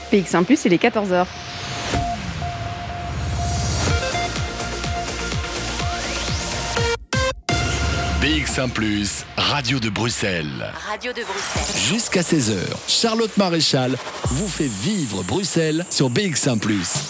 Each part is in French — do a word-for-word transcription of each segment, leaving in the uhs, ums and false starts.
P X un plus, il est quatorze heures. B X un plus, Radio de Bruxelles. Radio de Bruxelles. Jusqu'à seize heures, Charlotte Maréchal vous fait vivre Bruxelles sur B X un plus.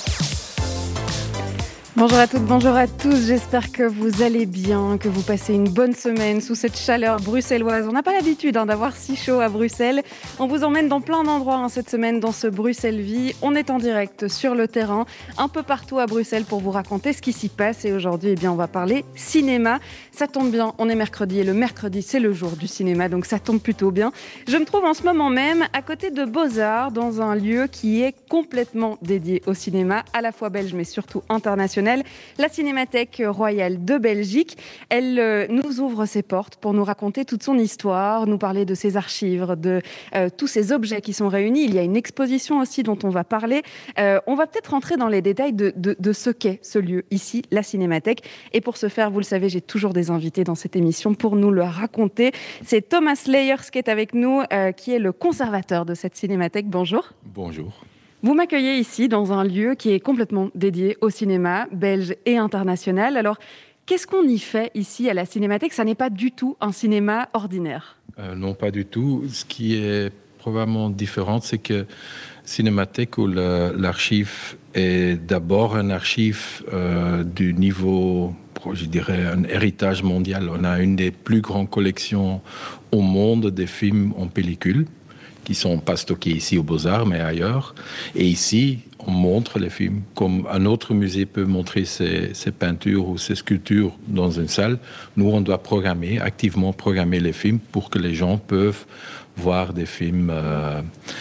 Bonjour à toutes, bonjour à tous, j'espère que vous allez bien, que vous passez une bonne semaine sous cette chaleur bruxelloise. On n'a pas l'habitude hein, d'avoir si chaud à Bruxelles. On vous emmène dans plein d'endroits hein, cette semaine dans ce Bruxelles Vie. On est en direct sur le terrain, un peu partout à Bruxelles pour vous raconter ce qui s'y passe. Et aujourd'hui, eh bien, on va parler cinéma. Ça tombe bien, on est mercredi et le mercredi, c'est le jour du cinéma, donc ça tombe plutôt bien. Je me trouve en ce moment même à côté de Beaux-Arts, dans un lieu qui est complètement dédié au cinéma, à la fois belge mais surtout international. La Cinémathèque royale de Belgique. Elle euh, nous ouvre ses portes pour nous raconter toute son histoire, nous parler de ses archives, de euh, tous ces objets qui sont réunis. Il y a une exposition aussi dont on va parler. Euh, on va peut-être rentrer dans les détails de, de, de ce qu'est ce lieu ici, la Cinémathèque. Et pour ce faire, vous le savez, j'ai toujours des invités dans cette émission pour nous le raconter. C'est Thomas Leyers qui est avec nous, euh, qui est le conservateur de cette Cinémathèque. Bonjour. Bonjour. Vous m'accueillez ici dans un lieu qui est complètement dédié au cinéma belge et international. Alors, qu'est-ce qu'on y fait ici à la Cinémathèque ? Ça n'est pas du tout un cinéma ordinaire. Euh, non, pas du tout. Ce qui est probablement différent, c'est que Cinémathèque ou le, l'archive est d'abord un archive euh, du niveau, je dirais, un héritage mondial. On a une des plus grandes collections au monde des films en pellicule, qui ne sont pas stockés ici aux Beaux-Arts, mais ailleurs. Et ici, on montre les films. Comme un autre musée peut montrer ses, ses peintures ou ses sculptures dans une salle, nous, on doit programmer, activement programmer les films pour que les gens peuvent voir des films. Euh,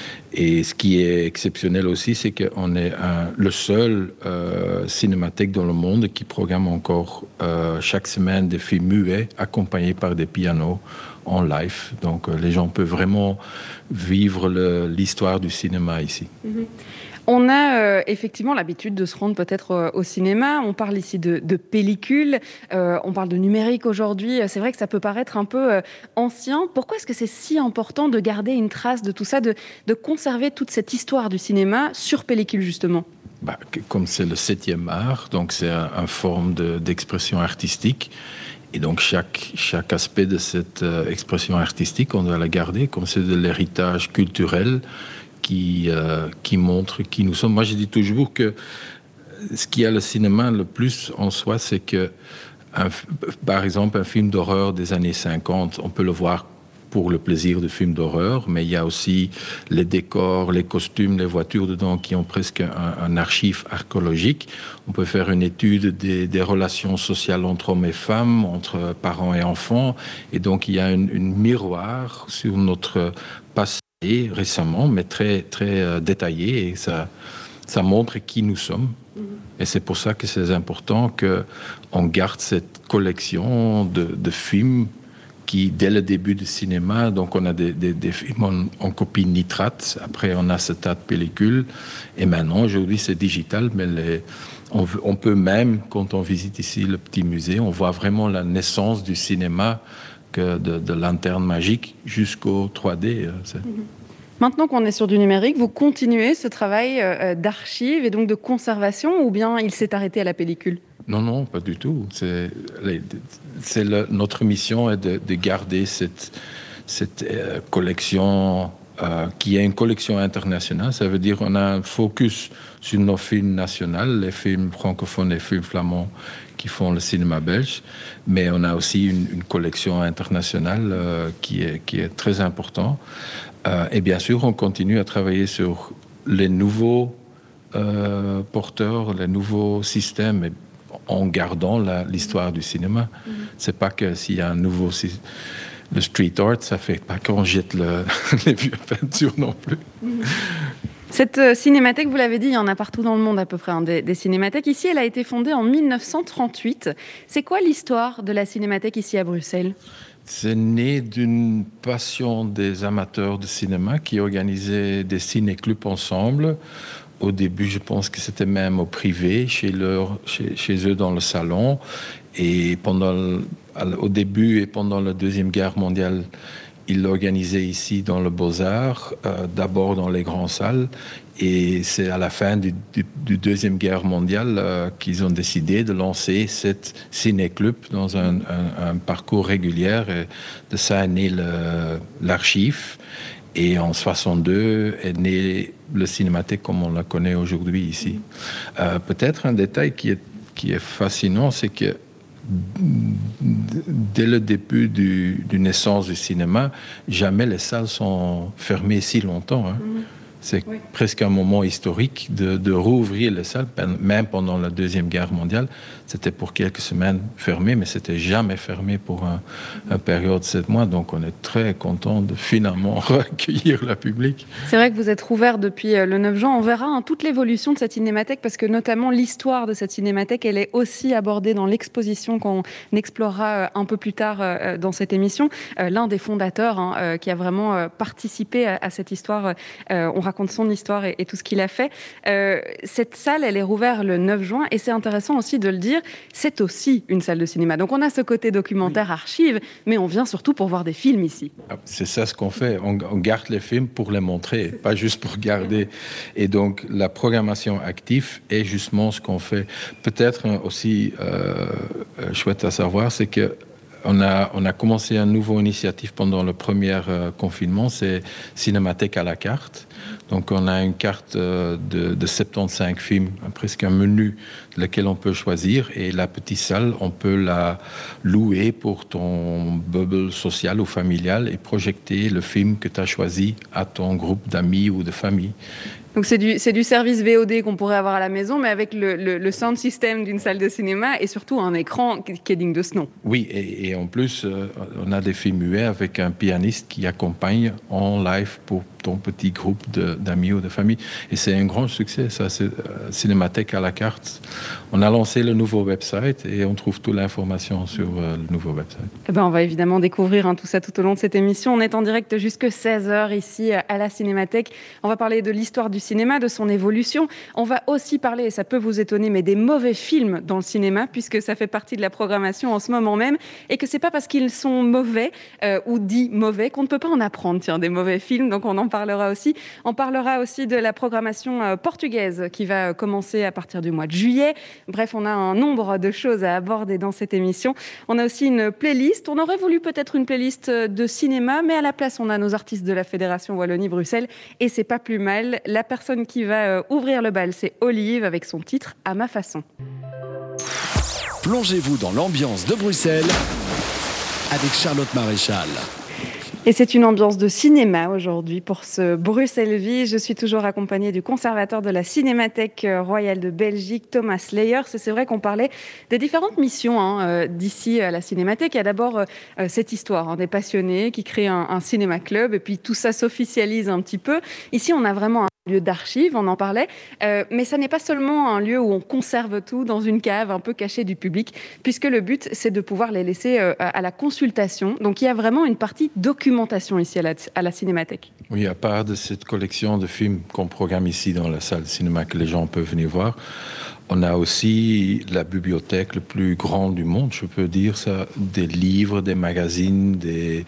et ce qui est exceptionnel aussi, c'est qu'on est un, le seul euh, cinémathèque dans le monde qui programme encore euh, chaque semaine des films muets accompagnés par des pianos en live. Donc euh, les gens peuvent vraiment vivre le, l'histoire du cinéma ici. Mmh. On a euh, effectivement l'habitude de se rendre peut-être euh, au cinéma. On parle ici de, de pellicule, euh, on parle de numérique aujourd'hui. C'est vrai que ça peut paraître un peu euh, ancien. Pourquoi est-ce que c'est si important de garder une trace de tout ça, de, de conserver toute cette histoire du cinéma sur pellicule justement ? Bah, comme c'est le septième art, donc c'est une un forme de, d'expression artistique. Et donc chaque, chaque aspect de cette euh, expression artistique, on doit la garder, comme c'est de l'héritage culturel qui, euh, qui montre qui nous sommes. Moi, je dis toujours que ce qui a le cinéma le plus en soi, c'est que, un, par exemple, un film d'horreur des années cinquante, on peut le voir pour le plaisir de films d'horreur, mais il y a aussi les décors, les costumes, les voitures dedans qui ont presque un, un archive archéologique. On peut faire une étude des, des relations sociales entre hommes et femmes, entre parents et enfants, et donc il y a une, une miroir sur notre passé récemment, mais très, très euh, détaillé, et ça, ça montre qui nous sommes. Mmh. Et c'est pour ça que c'est important qu'on garde cette collection de, de films qui, dès le début du cinéma, donc on a des, des, des films en, en copie nitrate, après on a acétate pellicule, et maintenant, aujourd'hui, c'est digital, mais les, on, on peut même, quand on visite ici le petit musée, on voit vraiment la naissance du cinéma, que de, de lanterne magique jusqu'au trois D. C'est... Maintenant qu'on est sur du numérique, vous continuez ce travail d'archives et donc de conservation, ou bien il s'est arrêté à la pellicule ? Non, non, pas du tout. C'est, c'est le, notre mission est de, de garder cette, cette euh, collection euh, qui est une collection internationale. Ça veut dire qu'on a un focus sur nos films nationaux, les films francophones et les films flamands qui font le cinéma belge, mais on a aussi une, une collection internationale euh, qui est, qui est très importante. Euh, et bien sûr, on continue à travailler sur les nouveaux euh, porteurs, les nouveaux systèmes, et en gardant la, l'histoire du cinéma. Mm-hmm. C'est pas que s'il y a un nouveau... Le street art, ça fait pas qu'on jette le, les vieux peintures non plus. Mm-hmm. Cette euh, cinémathèque, vous l'avez dit, il y en a partout dans le monde à peu près, hein, des, des cinémathèques. Ici, elle a été fondée en dix-neuf cent trente-huit. C'est quoi l'histoire de la cinémathèque ici à Bruxelles ? C'est né d'une passion des amateurs de cinéma qui organisaient des ciné-clubs ensemble. Au début, je pense que c'était même au privé, chez, leur, chez, chez eux dans le salon. Et pendant, au début et pendant la Deuxième Guerre mondiale, il l'organisait ici dans le Beaux-Arts, euh, d'abord dans les grandes salles. Et c'est à la fin du, du, du Deuxième Guerre mondiale euh, qu'ils ont décidé de lancer cette ciné-club dans un, un, un parcours régulier. Et de ça est né le, l'archive. Et en soixante-deux est né le Cinémathèque comme on la connaît aujourd'hui ici. Euh, peut-être un détail qui est, qui est fascinant, c'est que dès le début du, du naissance du cinéma, jamais les salles sont fermées si longtemps. Hein. Mmh. C'est oui. presque un moment historique de, de rouvrir les salles, même pendant la Deuxième Guerre mondiale. C'était pour quelques semaines fermé, mais c'était jamais fermé pour un, une période de sept mois. Donc on est très content de finalement recueillir le public. C'est vrai que vous êtes rouvert depuis le neuf juin. On verra hein, toute l'évolution de cette cinémathèque, parce que notamment l'histoire de cette cinémathèque, elle est aussi abordée dans l'exposition qu'on explorera un peu plus tard dans cette émission. L'un des fondateurs hein, qui a vraiment participé à, à cette histoire, on raconte son histoire et, et tout ce qu'il a fait. Euh, cette salle, elle est rouverte le neuf juin, et c'est intéressant aussi de le dire, c'est aussi une salle de cinéma. Donc on a ce côté documentaire, oui. archive, mais on vient surtout pour voir des films ici. C'est ça ce qu'on fait, on, on garde les films pour les montrer, pas juste pour garder. Et donc la programmation active est justement ce qu'on fait. Peut-être aussi euh, chouette à savoir, c'est que On a, on a commencé une nouvelle initiative pendant le premier euh, confinement, c'est Cinémathèque à la carte. Donc on a une carte euh, de, de soixante-quinze films, presque un menu lequel on peut choisir. Et la petite salle, on peut la louer pour ton bubble social ou familial et projeter le film que tu as choisi à ton groupe d'amis ou de famille. Donc c'est du, c'est du service V O D qu'on pourrait avoir à la maison, mais avec le, le, le sound system d'une salle de cinéma et surtout un écran qui est digne de ce nom. Oui, et, et en plus, euh, on a des films muets avec un pianiste qui accompagne en live pour ton petit groupe de, d'amis ou de famille. Et c'est un grand succès, ça, c'est euh, Cinémathèque à la carte. On a lancé le nouveau website et on trouve toute l'information sur euh, le nouveau website. Eh ben, on va évidemment découvrir hein, tout ça tout au long de cette émission. On est en direct jusqu'à seize heures ici à la Cinémathèque. On va parler de l'histoire du cinéma, de son évolution. On va aussi parler, et ça peut vous étonner, mais des mauvais films dans le cinéma, puisque ça fait partie de la programmation en ce moment même, et que c'est pas parce qu'ils sont mauvais euh, ou dits mauvais qu'on ne peut pas en apprendre, tiens, des mauvais films. Donc on en parlera aussi. On parlera aussi de la programmation euh, portugaise qui va commencer à partir du mois de juillet. Bref, on a un nombre de choses à aborder dans cette émission. On a aussi une playlist. On aurait voulu peut-être une playlist de cinéma, mais à la place, on a nos artistes de la Fédération Wallonie-Bruxelles, et c'est pas plus mal. La personne qui va euh, ouvrir le bal, c'est Olive avec son titre « À ma façon ». Plongez-vous dans l'ambiance de Bruxelles avec Charlotte Maréchal. Et c'est une ambiance de cinéma aujourd'hui pour ce Bruxelles Vie. Je suis toujours accompagnée du conservateur de la Cinémathèque royale de Belgique, Thomas Leyers. Et c'est vrai qu'on parlait des différentes missions hein, d'ici à la Cinémathèque. Il y a d'abord euh, cette histoire hein, des passionnés qui créent un, un cinéma-club, et puis tout ça s'officialise un petit peu. Ici, on a vraiment un lieu d'archives, on en parlait, euh, mais ça n'est pas seulement un lieu où on conserve tout dans une cave un peu cachée du public, puisque le but, c'est de pouvoir les laisser euh, à la consultation. Donc, il y a vraiment une partie documentation ici à la, à la Cinémathèque. Oui, à part de cette collection de films qu'on programme ici dans la salle de cinéma que les gens peuvent venir voir, on a aussi la bibliothèque la plus grande du monde, je peux dire ça, des livres, des magazines, des,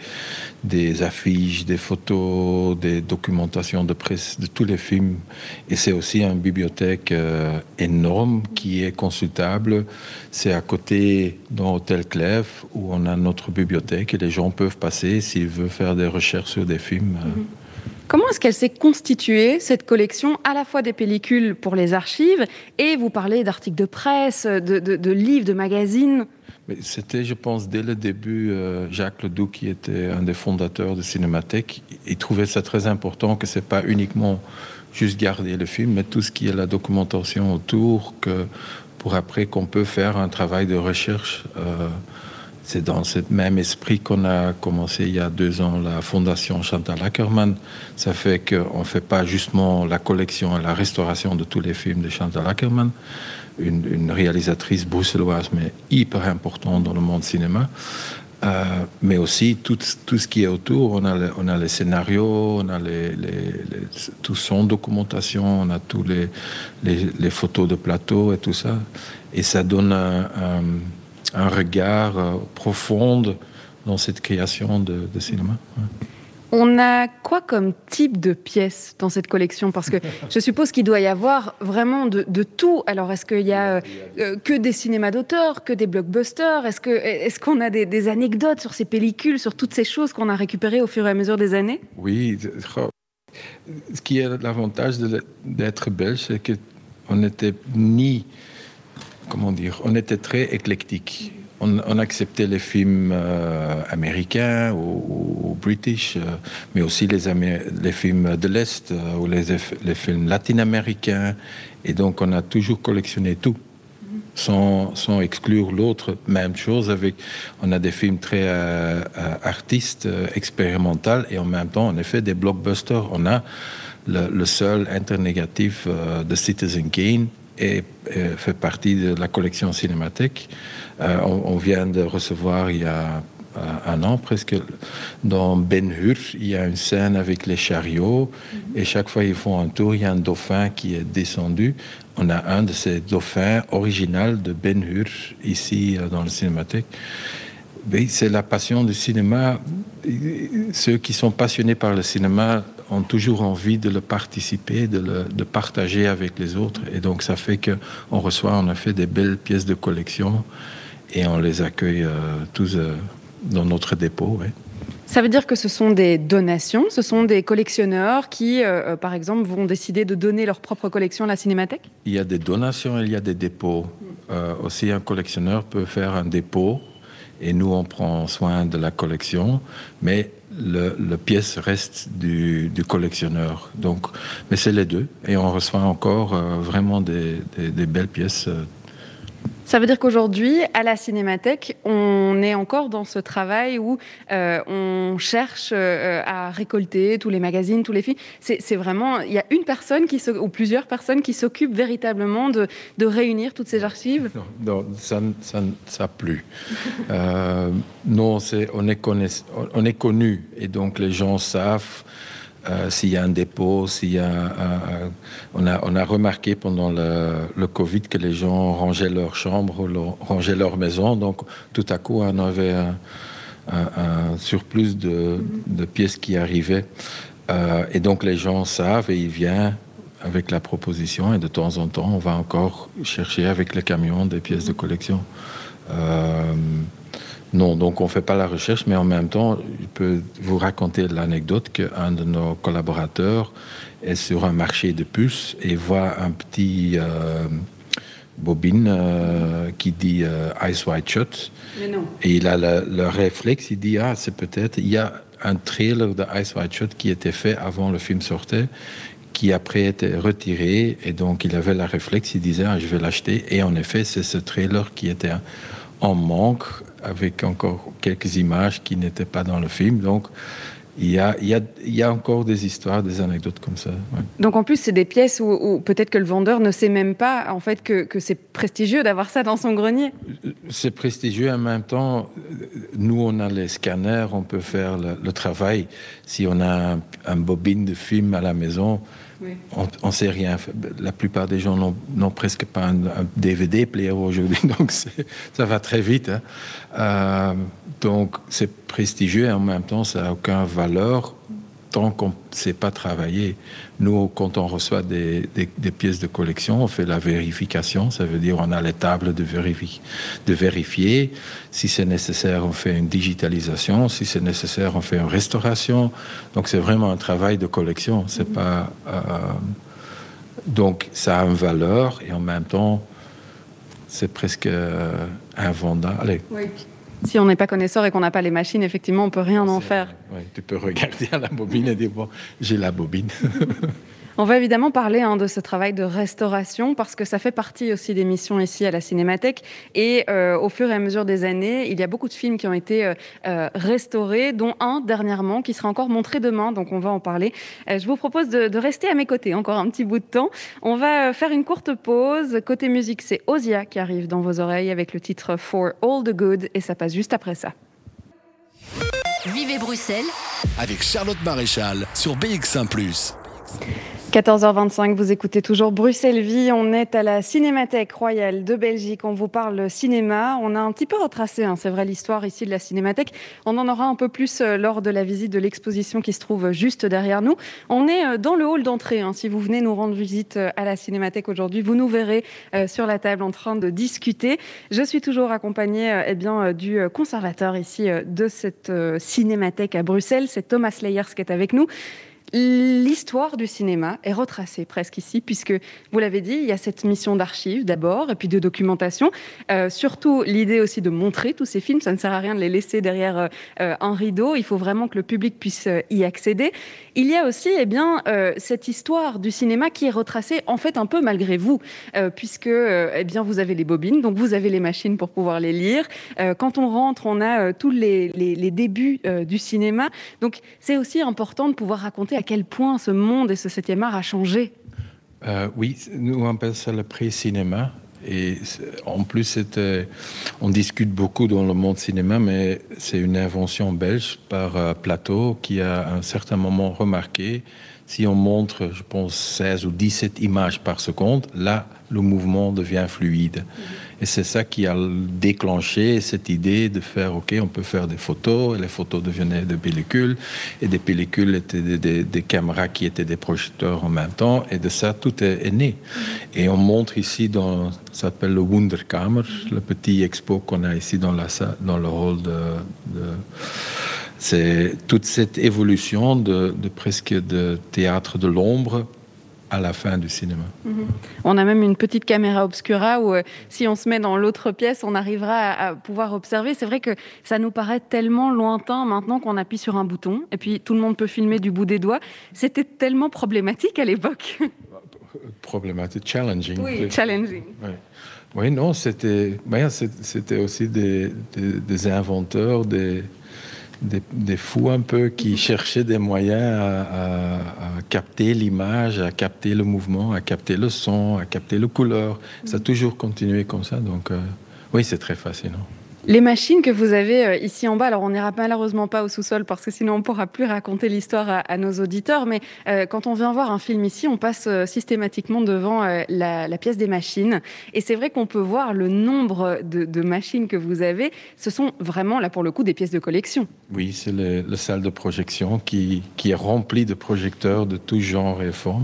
des affiches, des photos, des documentations de presse, de tous les films. Et c'est aussi une bibliothèque euh, énorme qui est consultable. C'est à côté dans Hôtel Clèves où on a notre bibliothèque et les gens peuvent passer s'ils veulent faire des recherches sur des films. Mm-hmm. Comment est-ce qu'elle s'est constituée, cette collection, à la fois des pellicules pour les archives, et vous parlez d'articles de presse, de, de, de livres, de magazines? Mais c'était, je pense, dès le début, euh, Jacques Ledoux, qui était un des fondateurs de Cinémathèque, il trouvait ça très important que ce n'est pas uniquement juste garder le film, mais tout ce qui est la documentation autour, que pour après qu'on peut faire un travail de recherche. Euh, C'est dans ce même esprit qu'on a commencé il y a deux ans la Fondation Chantal Akerman. Ça fait qu'on ne fait pas justement la collection et la restauration de tous les films de Chantal Akerman, une, une réalisatrice bruxelloise, mais hyper importante dans le monde cinéma. Euh, mais aussi tout, tout ce qui est autour. On a, les, on a les scénarios, on a les, les, les, tout son documentation, on a tous les, les, les photos de plateau et tout ça. Et ça donne un... un un regard euh, profond dans cette création de, de cinéma. Ouais. On a quoi comme type de pièces dans cette collection? Parce que je suppose qu'il doit y avoir vraiment de, de tout. Alors, est-ce qu'il y a euh, que des cinémas d'auteur, que des blockbusters? Est-ce, que, est-ce qu'on a des, des anecdotes sur ces pellicules, sur toutes ces choses qu'on a récupérées au fur et à mesure des années? Oui, ce qui est l'avantage de, d'être belge, c'est qu'on n'était ni, comment dire, on était très éclectique. On, on acceptait les films euh, américains ou, ou british, euh, mais aussi les, Amé- les films de l'Est euh, ou les, les films latino-américains. Et donc, on a toujours collectionné tout, sans, sans exclure l'autre. Même chose avec, on a des films très euh, artistes, euh, expérimentaux, et en même temps, en effet, des blockbusters. On a le, le seul internégatif euh, de Citizen Kane, et, et fait partie de la collection Cinémathèque. Euh, on, on vient de recevoir il y a euh, un an presque, dans Ben-Hur, il y a une scène avec les chariots, mm-hmm. et chaque fois ils font un tour, il y a un dauphin qui est descendu. On a un de ces dauphins originaux de Ben-Hur ici dans la Cinémathèque. Mais c'est la passion du cinéma. Ceux qui sont passionnés par le cinéma ont toujours envie de le participer, de le de partager avec les autres. Et donc, ça fait qu'on reçoit, on a fait des belles pièces de collection et on les accueille euh, tous euh, dans notre dépôt. Ouais. Ça veut dire que ce sont des donations, ce sont des collectionneurs qui, euh, par exemple, vont décider de donner leur propre collection à la Cinémathèque? Il y a des donations et il y a des dépôts. Euh, aussi, un collectionneur peut faire un dépôt et nous, on prend soin de la collection, mais le, le pièce reste du, du collectionneur. Donc, mais c'est les deux, et on reçoit encore euh, vraiment des, des, des belles pièces. Ça veut dire qu'aujourd'hui, à la Cinémathèque, on est encore dans ce travail où euh, on cherche euh, à récolter tous les magazines, tous les films. C'est, c'est vraiment, il y a une personne qui ou plusieurs personnes qui s'occupent véritablement de, de réunir toutes ces archives. Non, non ça, ça, ça n'a plus. euh, non, c'est, on est connaiss, on est connu, et donc les gens savent. Euh, s'il y a un dépôt, s'il y a, euh, on a, on a remarqué pendant le, le Covid que les gens rangeaient leur chambre, leur, rangeaient leur maison, donc tout à coup on avait un, un, un surplus de, de pièces qui arrivaient, euh, et donc les gens savent et ils viennent avec la proposition, et de temps en temps on va encore chercher avec les camions des pièces de collection. Euh, Non, donc on ne fait pas la recherche, mais en même temps, je peux vous raconter l'anecdote qu'un de nos collaborateurs est sur un marché de puces et voit un petit euh, bobine euh, qui dit euh, Eyes Wide Shut. Mais non. Et il a le, le réflexe, il dit, ah, c'est peut-être, il y a un trailer de Eyes Wide Shut qui était fait avant le film sortait, qui après était retiré, et donc il avait le réflexe, il disait, ah, je vais l'acheter. Et en effet, c'est ce trailer qui était en manque, avec encore quelques images qui n'étaient pas dans le film. Donc, il y a, il y a, il y a encore des histoires, des anecdotes comme ça. Ouais. Donc, en plus, c'est des pièces où, où peut-être que le vendeur ne sait même pas, en fait, que, que c'est prestigieux d'avoir ça dans son grenier. C'est prestigieux. En même temps, nous, on a les scanners, on peut faire le, le travail. Si on a un, un bobine de film à la maison, oui. On ne sait rien. La plupart des gens n'ont, n'ont presque pas un, un D V D player aujourd'hui, donc c'est, ça va très vite. Hein. Euh, donc c'est prestigieux et en même temps ça n'a aucune valeur tant qu'on ne sait pas travailler. Nous, quand on reçoit des, des, des pièces de collection, on fait la vérification. Ça veut dire on a les tables de, vérifi- de vérifier. Si c'est nécessaire, on fait une digitalisation. Si c'est nécessaire, on fait une restauration. Donc, c'est vraiment un travail de collection. C'est mmh. pas, euh, donc, ça a une valeur et en même temps, c'est presque euh, invendable. Allez. Oui. Si on n'est pas connaisseur et qu'on n'a pas les machines, effectivement, on ne peut rien en faire. Ouais, tu peux regarder à la bobine et dire, bon, j'ai la bobine. On va évidemment parler hein, de ce travail de restauration parce que ça fait partie aussi des missions ici à la Cinémathèque. Et euh, au fur et à mesure des années, il y a beaucoup de films qui ont été euh, restaurés, dont un dernièrement qui sera encore montré demain. Donc on va en parler. Euh, je vous propose de, de rester à mes côtés encore un petit bout de temps. On va faire une courte pause. Côté musique, c'est Ozia qui arrive dans vos oreilles avec le titre For All the Good et ça passe juste après ça. Vivez Bruxelles avec Charlotte Maréchal sur B X un plus. quatorze heures vingt-cinq, vous écoutez toujours Bruxelles Vie. On est à la Cinémathèque Royale de Belgique. On vous parle cinéma. On a un petit peu retracé, hein, c'est vrai, l'histoire ici de la Cinémathèque. On en aura un peu plus euh, lors de la visite de l'exposition qui se trouve juste derrière nous. On est euh, dans le hall d'entrée. Hein. Si vous venez nous rendre visite euh, à la Cinémathèque aujourd'hui, vous nous verrez euh, sur la table en train de discuter. Je suis toujours accompagnée euh, eh bien, euh, du conservateur ici euh, de cette euh, Cinémathèque à Bruxelles. C'est Thomas Leyers qui est avec nous. L'histoire du cinéma est retracée presque ici, puisque, vous l'avez dit, il y a cette mission d'archives d'abord, et puis de documentation. Euh, surtout, l'idée aussi de montrer tous ces films. Ça ne sert à rien de les laisser derrière euh, un rideau. Il faut vraiment que le public puisse euh, y accéder. Il y a aussi eh bien, euh, cette histoire du cinéma qui est retracée, en fait, un peu malgré vous, euh, puisque euh, eh bien, vous avez les bobines, donc vous avez les machines pour pouvoir les lire. Euh, quand on rentre, on a euh, tous les, les, les débuts euh, du cinéma. Donc, c'est aussi important de pouvoir raconter à quel point ce monde et ce septième art a changé. Euh, oui, nous on appelle ça le pré-cinéma. Et en plus, c'était, on discute beaucoup dans le monde cinéma, mais c'est une invention belge par euh, Plateau qui a à un certain moment remarqué, si on montre, je pense, seize ou dix-sept images par seconde, là, le mouvement devient fluide. Et c'est ça qui a déclenché cette idée de faire, OK, on peut faire des photos, et les photos devenaient des pellicules, et des pellicules étaient des, des, des caméras qui étaient des projecteurs en même temps, et de ça, tout est, est né. Et on montre ici, dans, ça s'appelle le Wunderkamer, le petit expo qu'on a ici dans, la salle, dans le hall de... de c'est toute cette évolution de, de presque de théâtre de l'ombre à la fin du cinéma. Mmh. On a même une petite caméra obscura où euh, si on se met dans l'autre pièce, on arrivera à, à pouvoir observer. C'est vrai que ça nous paraît tellement lointain maintenant qu'on appuie sur un bouton et puis tout le monde peut filmer du bout des doigts. C'était tellement problématique à l'époque. Problématique, challenging. Oui, challenging. Oui, oui non, c'était, ben, c'était aussi des, des, des inventeurs, des... Des, des fous un peu qui cherchaient des moyens à, à, à capter l'image, à capter le mouvement, à capter le son, à capter la couleur. Ça a toujours continué comme ça, donc euh, oui, c'est très fascinant. Les machines que vous avez ici en bas, alors on n'ira malheureusement pas au sous-sol parce que sinon on ne pourra plus raconter l'histoire à, à nos auditeurs, mais euh, quand on vient voir un film ici, on passe euh, systématiquement devant euh, la, la pièce des machines. Et c'est vrai qu'on peut voir le nombre de, de machines que vous avez. Ce sont vraiment, là pour le coup, des pièces de collection. Oui, c'est le, la salle de projection qui, qui est remplie de projecteurs de tout genre et forme.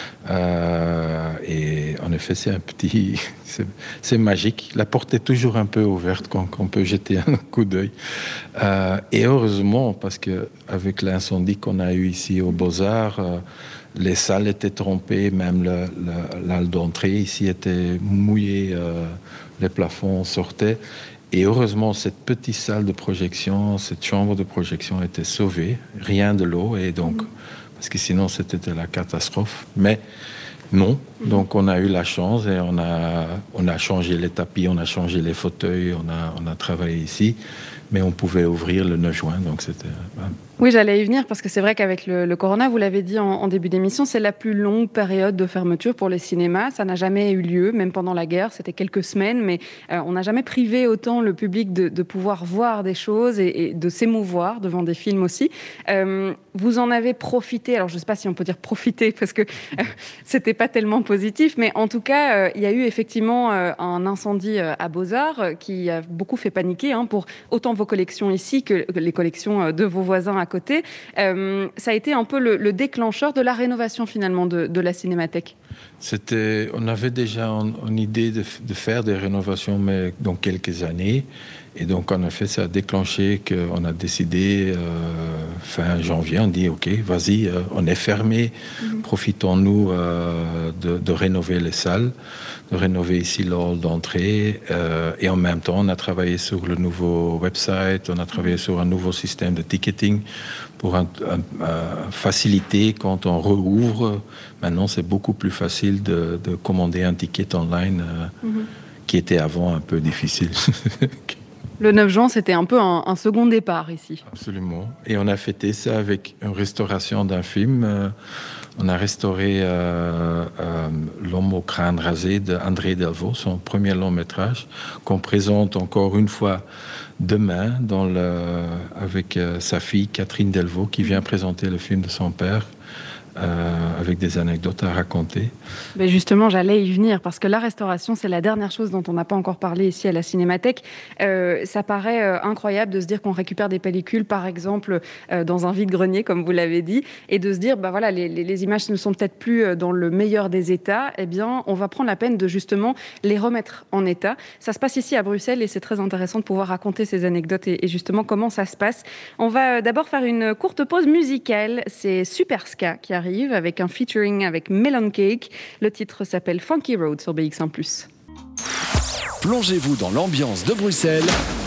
Euh, et en effet, c'est un petit... C'est, c'est magique. La porte est toujours un peu ouverte quand, quand on peut jeter un coup d'œil. Euh, et heureusement, parce qu'avec l'incendie qu'on a eu ici aux Beaux-Arts, euh, les salles étaient trompées, même le, le, l'halle d'entrée ici était mouillée, euh, les plafonds sortaient. Et heureusement, cette petite salle de projection, cette chambre de projection était sauvée, rien de l'eau, et donc... Mmh. Parce que sinon, c'était la catastrophe. Mais non. Donc, on a eu la chance et on a, on a changé les tapis, on a changé les fauteuils, on a, on a travaillé ici. Mais on pouvait ouvrir le neuf juin, donc c'était... Oui, j'allais y venir parce que c'est vrai qu'avec le, le corona, vous l'avez dit en, en début d'émission, c'est la plus longue période de fermeture pour les cinémas. Ça n'a jamais eu lieu, même pendant la guerre, c'était quelques semaines, mais euh, on n'a jamais privé autant le public de, de pouvoir voir des choses et, et de s'émouvoir devant des films aussi. Euh, vous en avez profité, alors je ne sais pas si on peut dire profiter parce que euh, c'était pas tellement positif, mais en tout cas, euh, il y a eu effectivement euh, un incendie euh, à Beaux-Arts euh, qui a beaucoup fait paniquer hein, pour autant vos collections ici que, que les collections de vos voisins à côté. Euh, ça a été un peu le, le déclencheur de la rénovation finalement de, de la Cinémathèque. C'était, on avait déjà une idée de, de faire des rénovations, mais dans quelques années. Et donc, en effet, ça a déclenché qu'on a décidé, euh, fin janvier, on dit, OK, vas-y, euh, on est fermé, mm-hmm. profitons-nous euh, de, de rénover les salles, de rénover ici le hall d'entrée. Euh, et en même temps, on a travaillé sur le nouveau website, on a travaillé sur un nouveau système de ticketing pour un, un, un, faciliter quand on rouvre. Maintenant, c'est beaucoup plus facile de, de commander un ticket online euh, mm-hmm. qui était avant un peu difficile. Le neuf juin, c'était un peu un, un second départ ici. Absolument. Et on a fêté ça avec une restauration d'un film. Euh, on a restauré euh, euh, L'homme au crâne rasé d'André Delvaux, son premier long métrage, qu'on présente encore une fois demain dans le, avec euh, sa fille Catherine Delvaux, qui vient présenter le film de son père euh, avec des anecdotes à raconter. Mais justement, j'allais y venir parce que la restauration, c'est la dernière chose dont on n'a pas encore parlé ici à la Cinémathèque. Euh, ça paraît euh, incroyable de se dire qu'on récupère des pellicules, par exemple, euh, dans un vide-grenier, comme vous l'avez dit, et de se dire, bah voilà, les, les, les images ne sont peut-être plus dans le meilleur des états. Eh bien, on va prendre la peine de justement les remettre en état. Ça se passe ici à Bruxelles et c'est très intéressant de pouvoir raconter ces anecdotes et, et justement comment ça se passe. On va d'abord faire une courte pause musicale. C'est Superska qui arrive avec un featuring avec Melon Cake. Le titre s'appelle Funky Road sur B X un plus. Plongez-vous dans l'ambiance de Bruxelles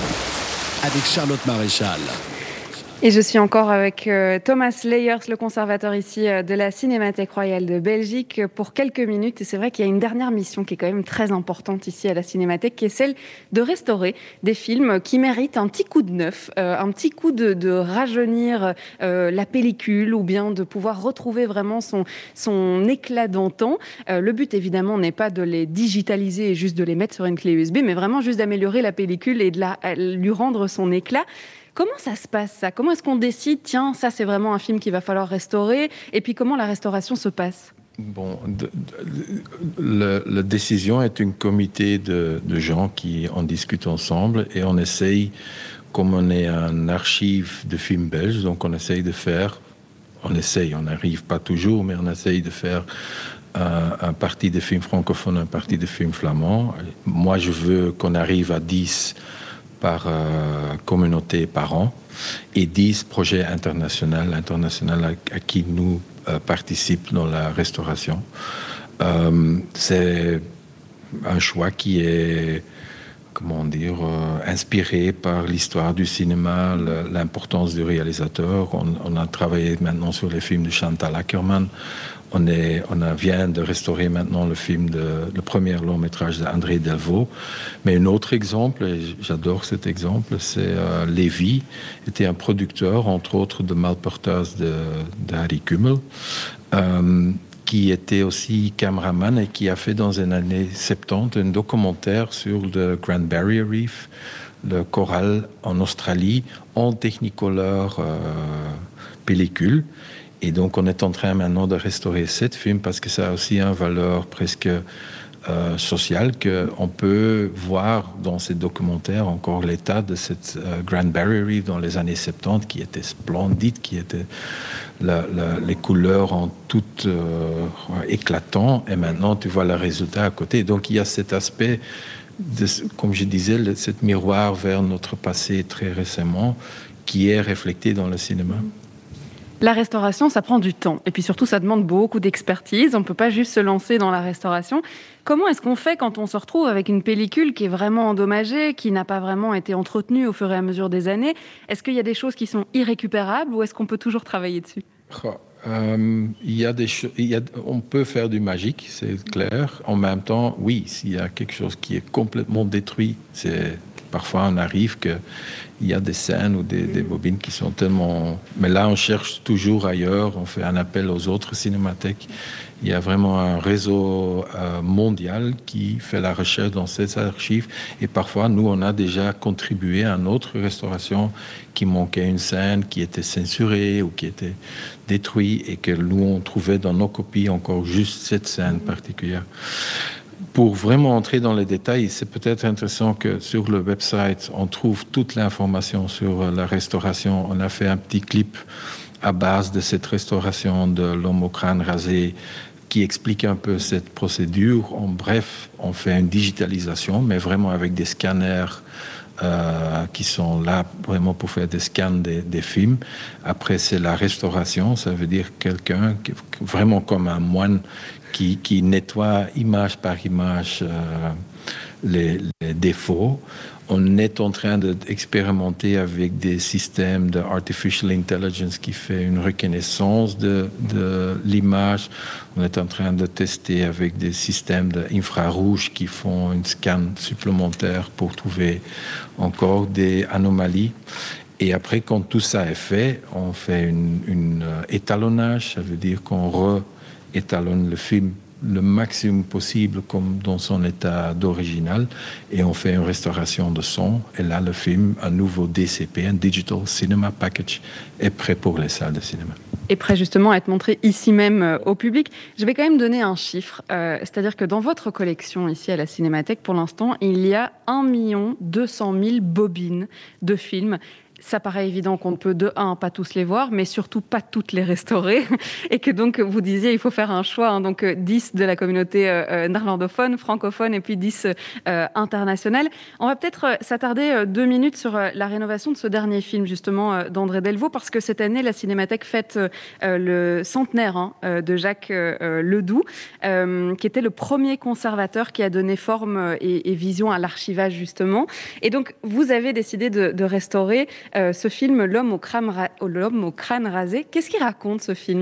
avec Charlotte Maréchal. Et je suis encore avec euh, Thomas Leyers, le conservateur ici euh, de la Cinémathèque royale de Belgique, pour quelques minutes. Et c'est vrai qu'il y a une dernière mission qui est quand même très importante ici à la Cinémathèque, qui est celle de restaurer des films qui méritent un petit coup de neuf, euh, un petit coup de, de rajeunir euh, la pellicule, ou bien de pouvoir retrouver vraiment son, son éclat d'antan. Euh, le but, évidemment, n'est pas de les digitaliser et juste de les mettre sur une clé U S B, mais vraiment juste d'améliorer la pellicule et de la, lui rendre son éclat. Comment ça se passe, ça ? Comment est-ce qu'on décide, tiens, ça c'est vraiment un film qu'il va falloir restaurer ? Et puis comment la restauration se passe ? Bon, de, de, le, la décision est un comité de, de gens qui en discutent ensemble et on essaye, comme on est un archive de films belges, donc on essaye de faire, on essaye, on n'arrive pas toujours, mais on essaye de faire un, un parti de films francophones, un parti de films flamands. Moi, je veux qu'on arrive à dix par euh, communauté par an et dix projets internationaux, internationaux à, à qui nous euh, participent dans la restauration. Euh, c'est un choix qui est, comment dire, euh, inspiré par l'histoire du cinéma, le, l'importance du réalisateur. On, on a travaillé maintenant sur les films de Chantal Akerman. On, est, on a, vient de restaurer maintenant le film, de, le premier long métrage d'André Delvaux. Mais un autre exemple, et j'adore cet exemple, c'est euh, Lévy, était un producteur, entre autres, de Malportas de, de Harry Kummel, euh, qui était aussi caméraman et qui a fait dans les années soixante-dix un documentaire sur le Grand Barrier Reef, le coral en Australie, en Technicolor euh, pellicule. Et donc, on est en train maintenant de restaurer ce film parce que ça a aussi une valeur presque euh, sociale qu'on peut voir dans ces documentaires encore l'état de cette euh, Grand Barrier Reef dans les années soixante-dix qui était splendide, qui était la, la, les couleurs en tout euh, éclatant. Et maintenant, tu vois le résultat à côté. Donc, il y a cet aspect, de, comme je disais, le, cet miroir vers notre passé très récemment qui est reflété dans le cinéma. La restauration, ça prend du temps. Et puis surtout, ça demande beaucoup d'expertise. On ne peut pas juste se lancer dans la restauration. Comment est-ce qu'on fait quand on se retrouve avec une pellicule qui est vraiment endommagée, qui n'a pas vraiment été entretenue au fur et à mesure des années ? Est-ce qu'il y a des choses qui sont irrécupérables ou est-ce qu'on peut toujours travailler dessus ? Oh, euh, il y a des cho- il y a, on peut faire du magique, c'est clair. En même temps, oui, s'il y a quelque chose qui est complètement détruit, c'est... Parfois, on arrive qu'il y a des scènes ou des, des bobines qui sont tellement... Mais là, on cherche toujours ailleurs. On fait un appel aux autres cinémathèques. Il y a vraiment un réseau euh, mondial qui fait la recherche dans ces archives. Et parfois, nous, on a déjà contribué à une autre restauration qui manquait une scène, qui était censurée ou qui était détruite et que nous, on trouvait dans nos copies encore juste cette scène particulière. Pour vraiment entrer dans les détails, c'est peut-être intéressant que sur le website, on trouve toute l'information sur la restauration. On a fait un petit clip à base de cette restauration de l'homme au crâne rasé qui explique un peu cette procédure. En bref, on fait une digitalisation, mais vraiment avec des scanners euh, qui sont là vraiment pour faire des scans des, des films. Après, c'est la restauration, ça veut dire quelqu'un, qui, vraiment comme un moine, Qui, qui nettoie image par image euh, les, les défauts. On est en train d'expérimenter avec des systèmes de artificial intelligence qui fait une reconnaissance de, de l'image. On est en train de tester avec des systèmes d'infrarouge qui font un scan supplémentaire pour trouver encore des anomalies. Et après, quand tout ça est fait, on fait une, une étalonnage. Ça veut dire qu'on re étalonne le film le maximum possible comme dans son état d'original et on fait une restauration de son et là le film, un nouveau D C P, un Digital Cinema Package, est prêt pour les salles de cinéma. Et prêt justement à être montré ici même euh, au public. Je vais quand même donner un chiffre, euh, c'est-à-dire que dans votre collection ici à la Cinémathèque pour l'instant, il y a un million deux cent mille bobines de films. Ça paraît évident qu'on ne peut de un, pas tous les voir, mais surtout pas toutes les restaurer. Et que donc, vous disiez, il faut faire un choix. Hein, donc, dix de la communauté euh, néerlandophone, francophone, et puis dix euh, internationales. On va peut-être euh, s'attarder euh, deux minutes sur euh, la rénovation de ce dernier film, justement, euh, d'André Delvaux, parce que cette année, la Cinémathèque fête euh, le centenaire hein, euh, de Jacques euh, Ledoux, euh, qui était le premier conservateur qui a donné forme et, et vision à l'archivage, justement. Et donc, vous avez décidé de, de restaurer Euh, ce film, L'homme au crâne, ra- L'homme au crâne rasé. Qu'est-ce qu'il raconte, ce film ?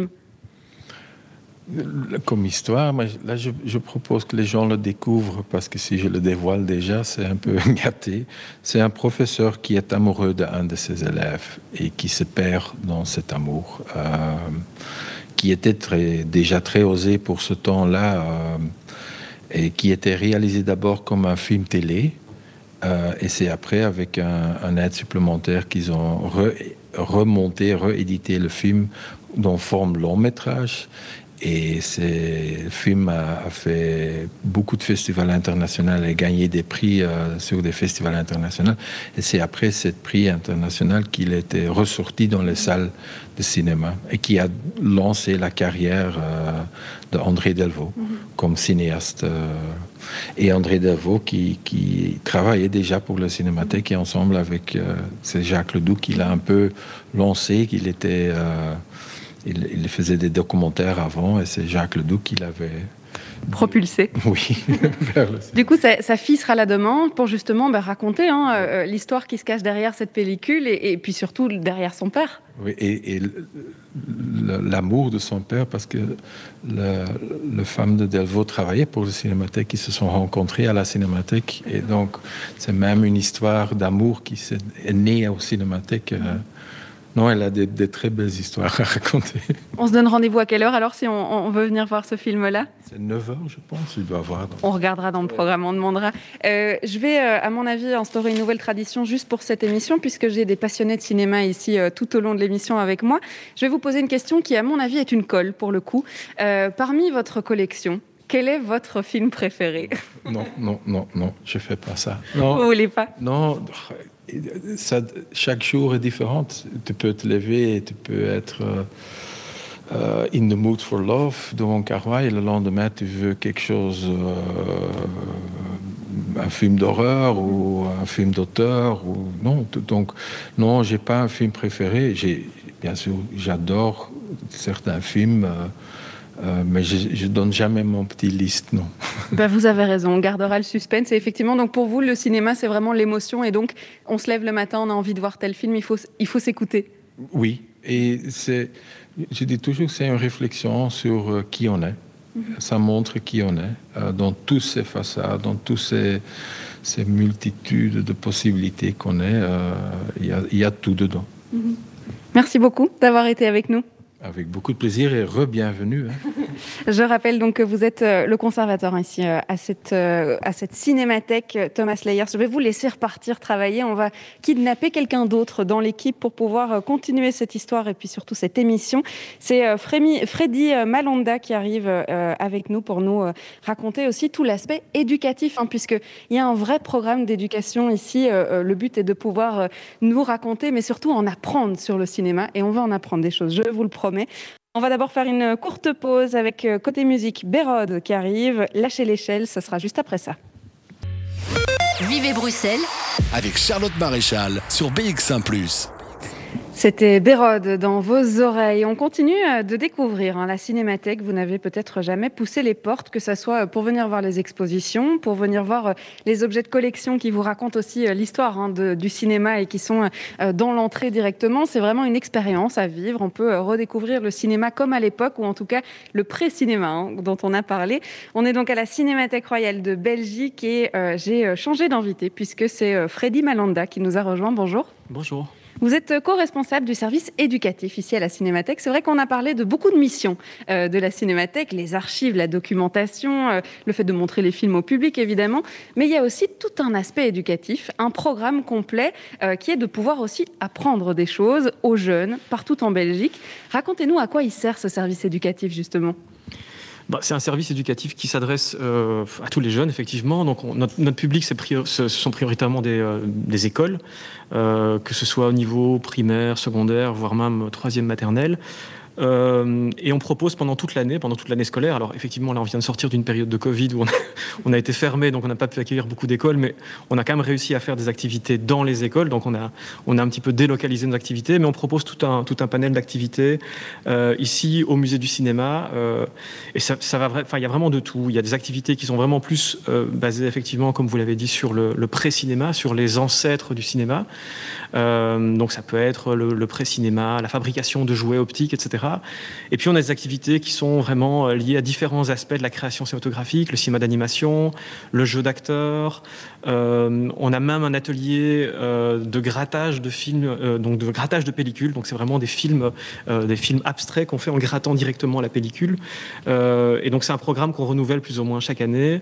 Comme histoire, mais là, je, je propose que les gens le découvrent parce que si je le dévoile déjà, c'est un peu gâté. C'est un professeur qui est amoureux d'un de ses élèves et qui se perd dans cet amour, euh, qui était très, déjà très osé pour ce temps-là euh, et qui était réalisé d'abord comme un film télé. Euh, et c'est après, avec un, un aide supplémentaire, qu'ils ont re, remonté, réédité le film dans forme long métrage. Et ce film a, a fait beaucoup de festivals internationaux et gagné des prix euh, sur des festivals internationaux. Et c'est après ce prix international qu'il a été ressorti dans les salles de cinéma et qui a lancé la carrière euh, d'André Delvaux mm-hmm. comme cinéaste. Euh, et André Delvaux qui, qui travaillait déjà pour la Cinémathèque et ensemble avec euh, c'est Jacques Ledoux qui l'a un peu lancé, qu'il était... Euh, Il, il faisait des documentaires avant et c'est Jacques Ledoux qui l'avait propulsé. Oui. Du coup, sa, sa fille sera à la demande pour justement bah, raconter hein, euh, l'histoire qui se cache derrière cette pellicule et, et puis surtout derrière son père. Oui, et, et l'amour de son père, parce que le, le femme de Delvaux travaillait pour la Cinémathèque, ils se sont rencontrés à la Cinémathèque et donc c'est même une histoire d'amour qui est née au Cinémathèque. Euh, Non, elle a des, des très belles histoires à raconter. On se donne rendez-vous à quelle heure alors si on, on veut venir voir ce film-là ? C'est neuf heures, je pense, il doit avoir. Donc. On regardera dans le programme, on demandera. Euh, je vais, euh, à mon avis, instaurer une nouvelle tradition juste pour cette émission, puisque j'ai des passionnés de cinéma ici euh, tout au long de l'émission avec moi. Je vais vous poser une question qui, à mon avis, est une colle pour le coup. Euh, parmi votre collection, quel est votre film préféré ? Non, non, non, non, je ne fais pas ça. Non, vous ne voulez pas ? Non. Ça, chaque jour est différent. Tu peux te lever et tu peux être euh, in the mood for love de Wong Kar-wai et le lendemain tu veux quelque chose, euh, un film d'horreur ou un film d'auteur. Ou, non, donc non, j'ai pas un film préféré. J'ai, bien sûr, j'adore certains films. Euh, Euh, mais je ne donne jamais mon petit liste, non. Ben vous avez raison, on gardera le suspense. Et effectivement, donc pour vous, le cinéma, c'est vraiment l'émotion. Et donc, on se lève le matin, on a envie de voir tel film, il faut, il faut s'écouter. Oui, et c'est, je dis toujours que c'est une réflexion sur euh, qui on est. Mm-hmm. Ça montre qui on est, euh, dans toutes ces façades, dans toutes ces, ces multitudes de possibilités qu'on est. Il euh, y, y a tout dedans. Mm-hmm. Merci beaucoup d'avoir été avec nous. Avec beaucoup de plaisir et re-bienvenue. Hein. Je rappelle donc que vous êtes le conservateur ici à cette, à cette cinémathèque, Thomas Leyers. Je vais vous laisser repartir travailler. On va kidnapper quelqu'un d'autre dans l'équipe pour pouvoir continuer cette histoire et puis surtout cette émission. C'est Freddy Malonda qui arrive avec nous pour nous raconter aussi tout l'aspect éducatif, hein, puisqu'il y a un vrai programme d'éducation ici. Le but est de pouvoir nous raconter, mais surtout en apprendre sur le cinéma. Et on va en apprendre des choses, je vous le promets. On va d'abord faire une courte pause avec côté musique Bérode qui arrive. Lâchez l'échelle, ça sera juste après ça. Vivez Bruxelles avec Charlotte Maréchal sur B X un plus. C'était Bérode dans vos oreilles. On continue de découvrir hein, la Cinémathèque. Vous n'avez peut-être jamais poussé les portes, que ce soit pour venir voir les expositions, pour venir voir les objets de collection qui vous racontent aussi l'histoire hein, de, du cinéma et qui sont dans l'entrée directement. C'est vraiment une expérience à vivre. On peut redécouvrir le cinéma comme à l'époque, ou en tout cas le pré-cinéma hein, dont on a parlé. On est donc à la Cinémathèque royale de Belgique et euh, j'ai changé d'invité puisque c'est Freddy Malonda qui nous a rejoint. Bonjour. Bonjour. Vous êtes co-responsable du service éducatif ici à la Cinémathèque. C'est vrai qu'on a parlé de beaucoup de missions euh, de la Cinémathèque, les archives, la documentation, euh, le fait de montrer les films au public évidemment, mais il y a aussi tout un aspect éducatif, un programme complet euh, qui est de pouvoir aussi apprendre des choses aux jeunes partout en Belgique. Racontez-nous à quoi il sert ce service éducatif justement. Bah, c'est un service éducatif qui s'adresse euh, à tous les jeunes, effectivement. Donc, on, notre, notre public, c'est priori, ce sont prioritairement des, euh, des écoles, euh, que ce soit au niveau primaire, secondaire, voire même troisième maternelle. Euh, et on propose pendant toute l'année, pendant toute l'année scolaire. Alors effectivement, là, on vient de sortir d'une période de Covid où on a, on a été fermé, donc on n'a pas pu accueillir beaucoup d'écoles, mais on a quand même réussi à faire des activités dans les écoles. Donc on a, on a un petit peu délocalisé nos activités, mais on propose tout un, tout un panel d'activités euh, ici au musée du cinéma. Euh, et ça, ça va, enfin, il y a vraiment de tout. Il y a des activités qui sont vraiment plus euh, basées, effectivement, comme vous l'avez dit, sur le, le pré-cinéma, sur les ancêtres du cinéma. Euh, donc ça peut être le, le pré-cinéma, la fabrication de jouets optiques, et cetera. Et puis on a des activités qui sont vraiment liées à différents aspects de la création cinématographique, le cinéma d'animation, le jeu d'acteur. Euh, on a même un atelier euh, de grattage de films, euh, donc de grattage de pellicules. Donc c'est vraiment des films, euh, des films abstraits qu'on fait en grattant directement la pellicule. Euh, et donc c'est un programme qu'on renouvelle plus ou moins chaque année.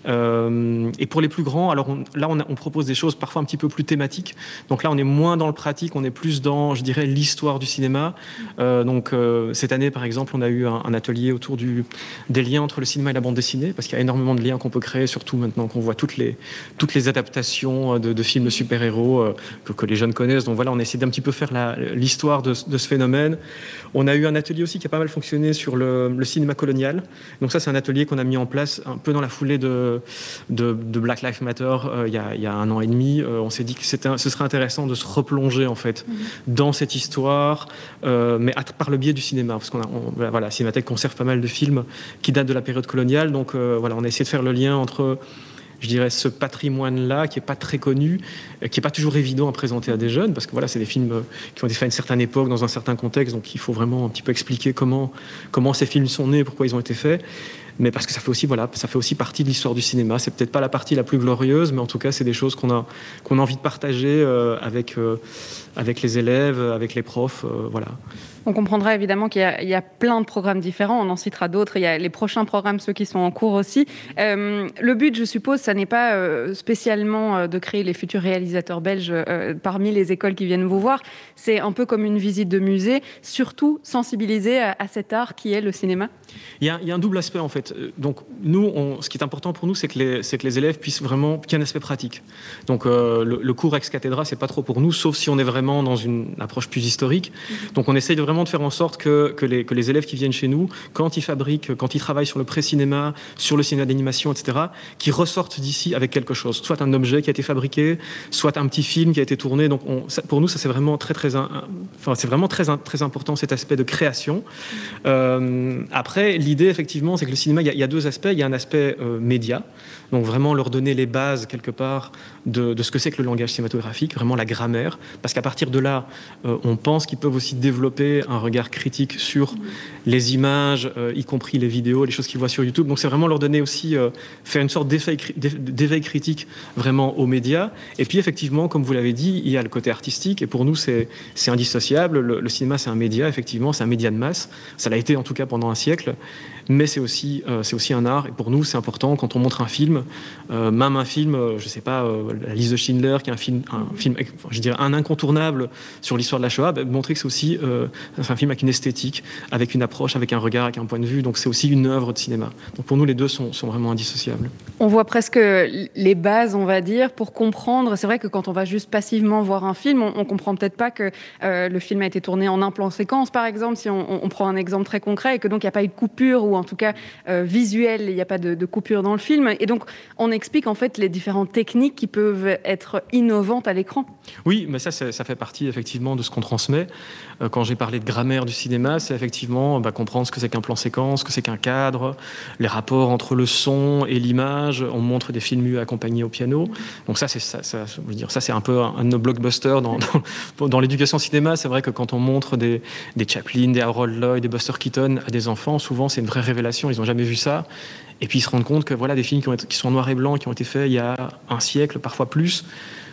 Euh, et pour les plus grands, alors on, là on, a, on propose des choses parfois un petit peu plus thématiques. Donc là on est moins dans le pratique, on est plus dans, je dirais, l'histoire du cinéma. Euh, donc euh, cette année par exemple, on a eu un, un atelier autour du, des liens entre le cinéma et la bande dessinée, parce qu'il y a énormément de liens qu'on peut créer, surtout maintenant qu'on voit toutes les, toutes les adaptations de, de films de super-héros euh, que, que les jeunes connaissent. Donc voilà, on a essayé d'un petit peu faire la, l'histoire de, de ce phénomène. On a eu un atelier aussi qui a pas mal fonctionné sur le, le cinéma colonial. Donc ça, c'est un atelier qu'on a mis en place un peu dans la foulée de, de, de Black Lives Matter euh, il, y a, il y a un an et demi. Euh, on s'est dit que c'était un, ce serait intéressant de se replonger en fait mmh. dans cette histoire, euh, mais à, par le biais du cinéma, parce qu'on a, on, voilà, la Cinémathèque conserve pas mal de films qui datent de la période coloniale. Donc euh, voilà, on a essayé de faire le lien entre, je dirais, ce patrimoine-là qui n'est pas très connu, qui n'est pas toujours évident à présenter à des jeunes, parce que voilà, c'est des films qui ont été faits à une certaine époque, dans un certain contexte, donc il faut vraiment un petit peu expliquer comment, comment ces films sont nés, pourquoi ils ont été faits. Mais parce que ça fait aussi, voilà, ça fait aussi partie de l'histoire du cinéma. C'est peut-être pas la partie la plus glorieuse, mais en tout cas, c'est des choses qu'on a, qu'on a envie de partager euh, avec, euh, avec les élèves, avec les profs, euh, voilà. On comprendra évidemment qu'il y a, il y a plein de programmes différents, on en citera d'autres, il y a les prochains programmes, ceux qui sont en cours aussi. Euh, le but, je suppose, ça n'est pas euh, spécialement euh, de créer les futurs réalisateurs belges euh, parmi les écoles qui viennent vous voir, c'est un peu comme une visite de musée, surtout sensibiliser à, à cet art qui est le cinéma. Il y a, il y a un double aspect en fait. Donc nous, on, ce qui est important pour nous, c'est que les, c'est que les élèves puissent vraiment, qu'il y ait un aspect pratique. Donc euh, le, le cours ex cathedra, c'est pas trop pour nous, sauf si on est vraiment dans une approche plus historique. Mm-hmm. Donc on essaye de vraiment de faire en sorte que, que, les, que les élèves qui viennent chez nous, quand ils fabriquent, quand ils travaillent sur le pré-cinéma, sur le cinéma d'animation, et cetera, qu'ils ressortent d'ici avec quelque chose, soit un objet qui a été fabriqué, soit un petit film qui a été tourné. Donc on, ça, pour nous, ça c'est vraiment très très, un, enfin c'est vraiment très très important cet aspect de création. Mm-hmm. Euh, après, l'idée effectivement, c'est que le cinéma, il y a, il y a deux aspects. Il y a un aspect euh, média, donc vraiment leur donner les bases quelque part de, de ce que c'est que le langage cinématographique, vraiment la grammaire, parce qu'à partir de là, euh, on pense qu'ils peuvent aussi développer un regard critique sur les images, euh, y compris les vidéos, les choses qu'ils voient sur YouTube. Donc c'est vraiment leur donner aussi, euh, faire une sorte d'éveil, d'éveil critique vraiment aux médias. Et puis effectivement, comme vous l'avez dit, il y a le côté artistique, et pour nous c'est, c'est indissociable. Le, le cinéma, c'est un média, effectivement, c'est un média de masse. Ça l'a été en tout cas pendant un siècle. Mais c'est aussi, euh, c'est aussi un art. Et pour nous, c'est important quand on montre un film, euh, même un film, euh, je ne sais pas, euh, La liste de Schindler, qui est un film, un film, je dirais un incontournable sur l'histoire de la Shoah, bah, montrer que c'est aussi euh, c'est un film avec une esthétique, avec une approche, avec un regard, avec un point de vue. Donc c'est aussi une œuvre de cinéma. Donc pour nous, les deux sont, sont vraiment indissociables. On voit presque les bases, on va dire, pour comprendre. C'est vrai que quand on va juste passivement voir un film, on ne comprend peut-être pas que euh, le film a été tourné en un plan séquence, par exemple, si on, on prend un exemple très concret, et que donc il n'y a pas eu de coupure ou en tout cas euh, visuel, il n'y a pas de, de coupure dans le film. Et donc, on explique en fait les différentes techniques qui peuvent être innovantes à l'écran. Oui, mais ça, ça fait partie effectivement de ce qu'on transmet. Euh, quand j'ai parlé de grammaire du cinéma, c'est effectivement bah, comprendre ce que c'est qu'un plan séquence, ce que c'est qu'un cadre, les rapports entre le son et l'image. On montre des films muets accompagnés au piano. Donc ça, c'est, ça, ça, je veux dire, ça, c'est un peu un, un de nos blockbusters dans, dans, dans l'éducation cinéma. C'est vrai que quand on montre des, des Chaplin, des Harold Lloyd, des Buster Keaton à des enfants, souvent, c'est une vraie révélation. Ils n'ont jamais vu ça. Et puis, ils se rendent compte que voilà, des films qui, ont été, qui sont en noir et blanc, qui ont été faits il y a un siècle, parfois plus,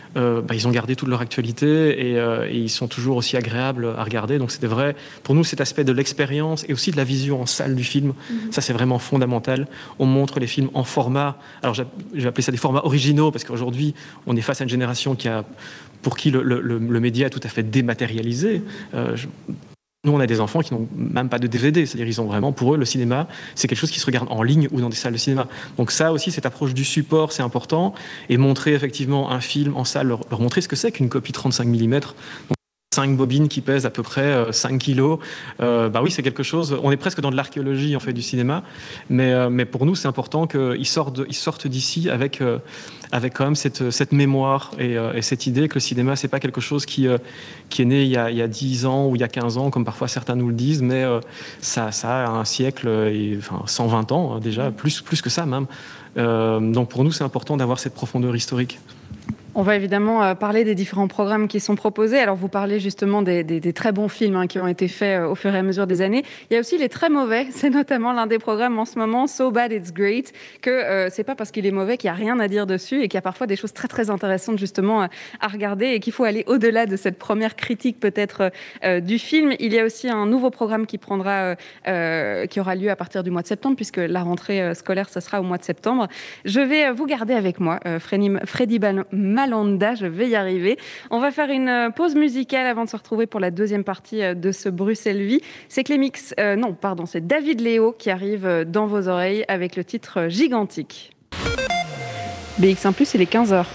euh, bah, ils ont gardé toute leur actualité et, euh, et ils sont toujours aussi agréables à regarder. Donc c'était vrai, pour nous, cet aspect de l'expérience et aussi de la vision en salle du film, mm-hmm. ça c'est vraiment fondamental. On montre les films en format, alors j'ai, j'ai appelé ça des formats originaux parce qu'aujourd'hui, on est face à une génération qui a, pour qui le, le, le média est tout à fait dématérialisé. Euh, je, Nous, on a des enfants qui n'ont même pas de D V D, c'est-à-dire ils ont vraiment, pour eux, le cinéma, c'est quelque chose qui se regarde en ligne ou dans des salles de cinéma. Donc ça aussi, cette approche du support, c'est important, et montrer effectivement un film en salle, leur, leur montrer ce que c'est qu'une copie trente-cinq millimètres. Donc, cinq bobines qui pèsent à peu près euh, cinq kilos, euh, bah oui, c'est quelque chose, on est presque dans de l'archéologie en fait du cinéma, mais, euh, mais pour nous, c'est important qu'ils sortent, ils sortent d'ici avec... Euh, avec quand même cette, cette mémoire et, euh, et cette idée que le cinéma, c'est pas quelque chose qui, euh, qui est né il y, a, il y a dix ans ou il y a quinze ans, comme parfois certains nous le disent, mais euh, ça, ça a un siècle, et, enfin cent vingt ans hein, déjà, plus, plus que ça même. Euh, donc pour nous, c'est important d'avoir cette profondeur historique. On va évidemment euh, parler des différents programmes qui sont proposés. Alors, vous parlez justement des, des, des très bons films hein, qui ont été faits euh, au fur et à mesure des années. Il y a aussi les très mauvais. C'est notamment l'un des programmes en ce moment, So Bad It's Great, que euh, c'est pas parce qu'il est mauvais qu'il n'y a rien à dire dessus et qu'il y a parfois des choses très très intéressantes justement euh, à regarder et qu'il faut aller au-delà de cette première critique peut-être euh, du film. Il y a aussi un nouveau programme qui prendra, euh, euh, qui aura lieu à partir du mois de septembre, puisque la rentrée euh, scolaire, ça sera au mois de septembre. Je vais vous garder avec moi, euh, Freddy, Freddy Malanda, je vais y arriver. On va faire une pause musicale avant de se retrouver pour la deuxième partie de ce Bruxelles Vie. C'est Clémix, euh, non, pardon, c'est David Léo qui arrive dans vos oreilles avec le titre Gigantique. B X un plus, il est quinze heures.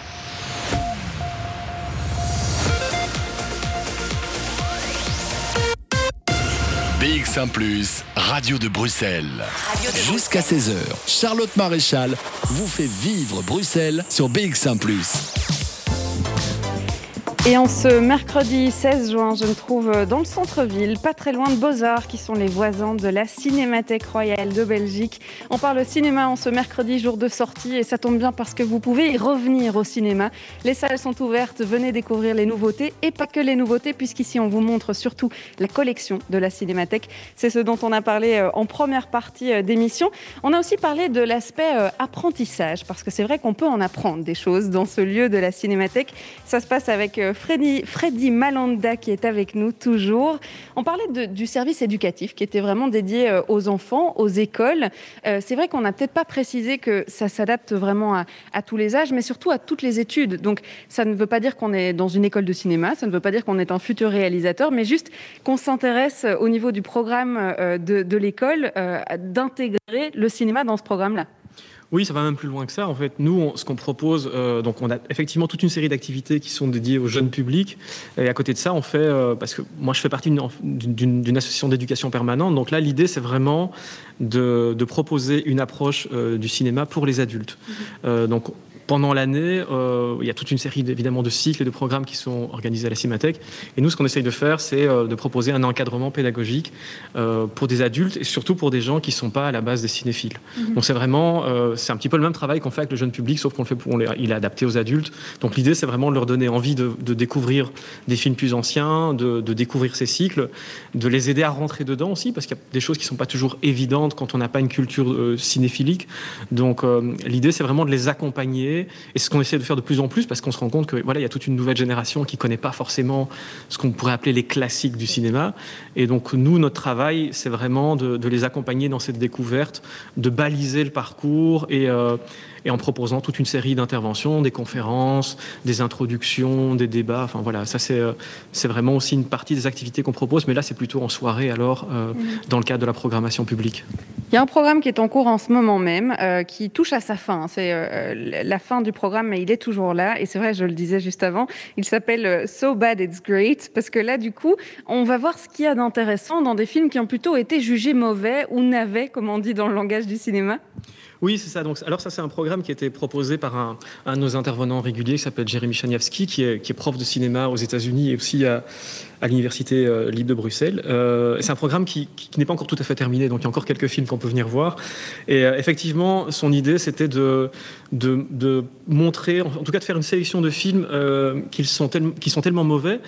B X un plus, Radio de Bruxelles. Radio de Jusqu'à Bruxelles. seize heures, Charlotte Maréchal vous fait vivre Bruxelles sur B X un plus. Et en ce mercredi seize juin, je me trouve dans le centre-ville, pas très loin de Beaux-Arts, qui sont les voisins de la Cinémathèque Royale de Belgique. On parle cinéma en ce mercredi, jour de sortie, et ça tombe bien parce que vous pouvez y revenir au cinéma. Les salles sont ouvertes, venez découvrir les nouveautés, et pas que les nouveautés, puisqu'ici on vous montre surtout la collection de la Cinémathèque. C'est ce dont on a parlé en première partie d'émission. On a aussi parlé de l'aspect apprentissage, parce que c'est vrai qu'on peut en apprendre des choses dans ce lieu de la Cinémathèque. Ça se passe avec Freddy, Freddy Malanda qui est avec nous toujours. On parlait de, du service éducatif qui était vraiment dédié aux enfants, aux écoles. Euh, c'est vrai qu'on n'a peut-être pas précisé que ça s'adapte vraiment à, à tous les âges, mais surtout à toutes les études. Donc ça ne veut pas dire qu'on est dans une école de cinéma, ça ne veut pas dire qu'on est un futur réalisateur, mais juste qu'on s'intéresse au niveau du programme de, de l'école, euh, d'intégrer le cinéma dans ce programme-là. Oui, ça va même plus loin que ça. En fait, nous, on, ce qu'on propose, euh, donc on a effectivement toute une série d'activités qui sont dédiées au jeune public. Et à côté de ça, on fait, euh, parce que moi, je fais partie d'une, d'une, d'une association d'éducation permanente. Donc là, l'idée, c'est vraiment de, de proposer une approche euh, du cinéma pour les adultes. Mmh. Euh, donc pendant l'année, euh, il y a toute une série évidemment de cycles et de programmes qui sont organisés à la Cinémathèque. Et nous, ce qu'on essaye de faire, c'est euh, de proposer un encadrement pédagogique euh, pour des adultes et surtout pour des gens qui ne sont pas à la base des cinéphiles. Mm-hmm. Donc c'est vraiment, euh, c'est un petit peu le même travail qu'on fait avec le jeune public, sauf qu'on le fait pour, on les, il est adapté aux adultes. Donc l'idée, c'est vraiment de leur donner envie de, de découvrir des films plus anciens, de, de découvrir ces cycles, de les aider à rentrer dedans aussi, parce qu'il y a des choses qui ne sont pas toujours évidentes quand on n'a pas une culture euh, cinéphilique. Donc euh, l'idée, c'est vraiment de les accompagner. Et c'est ce qu'on essaie de faire de plus en plus parce qu'on se rend compte que voilà, il y a toute une nouvelle génération qui ne connaît pas forcément ce qu'on pourrait appeler les classiques du cinéma. Et donc nous, notre travail, c'est vraiment de, de les accompagner dans cette découverte, de baliser le parcours et, euh, et en proposant toute une série d'interventions, des conférences, des introductions, des débats. Enfin voilà, ça c'est, c'est vraiment aussi une partie des activités qu'on propose, mais là c'est plutôt en soirée alors, euh, mmh. dans le cadre de la programmation publique. Il y a un programme qui est en cours en ce moment même, euh, qui touche à sa fin. C'est euh, la fin du programme, mais il est toujours là. Et c'est vrai, je le disais juste avant, il s'appelle So Bad It's Great, parce que là, du coup, on va voir ce qu'il y a d'intéressant dans des films qui ont plutôt été jugés mauvais ou navets, comme on dit dans le langage du cinéma. Oui, c'est ça. Donc, alors ça, c'est un programme qui a été proposé par un, un de nos intervenants réguliers qui s'appelle Jérémy Chaniavski, qui est, qui est prof de cinéma aux États-Unis et aussi à, à l'Université euh, libre de Bruxelles. Euh, c'est un programme qui, qui, qui n'est pas encore tout à fait terminé, donc il y a encore quelques films qu'on peut venir voir. Et euh, effectivement, son idée, c'était de, de, de montrer, en tout cas de faire une sélection de films euh, qui, sont tel, qui sont tellement mauvais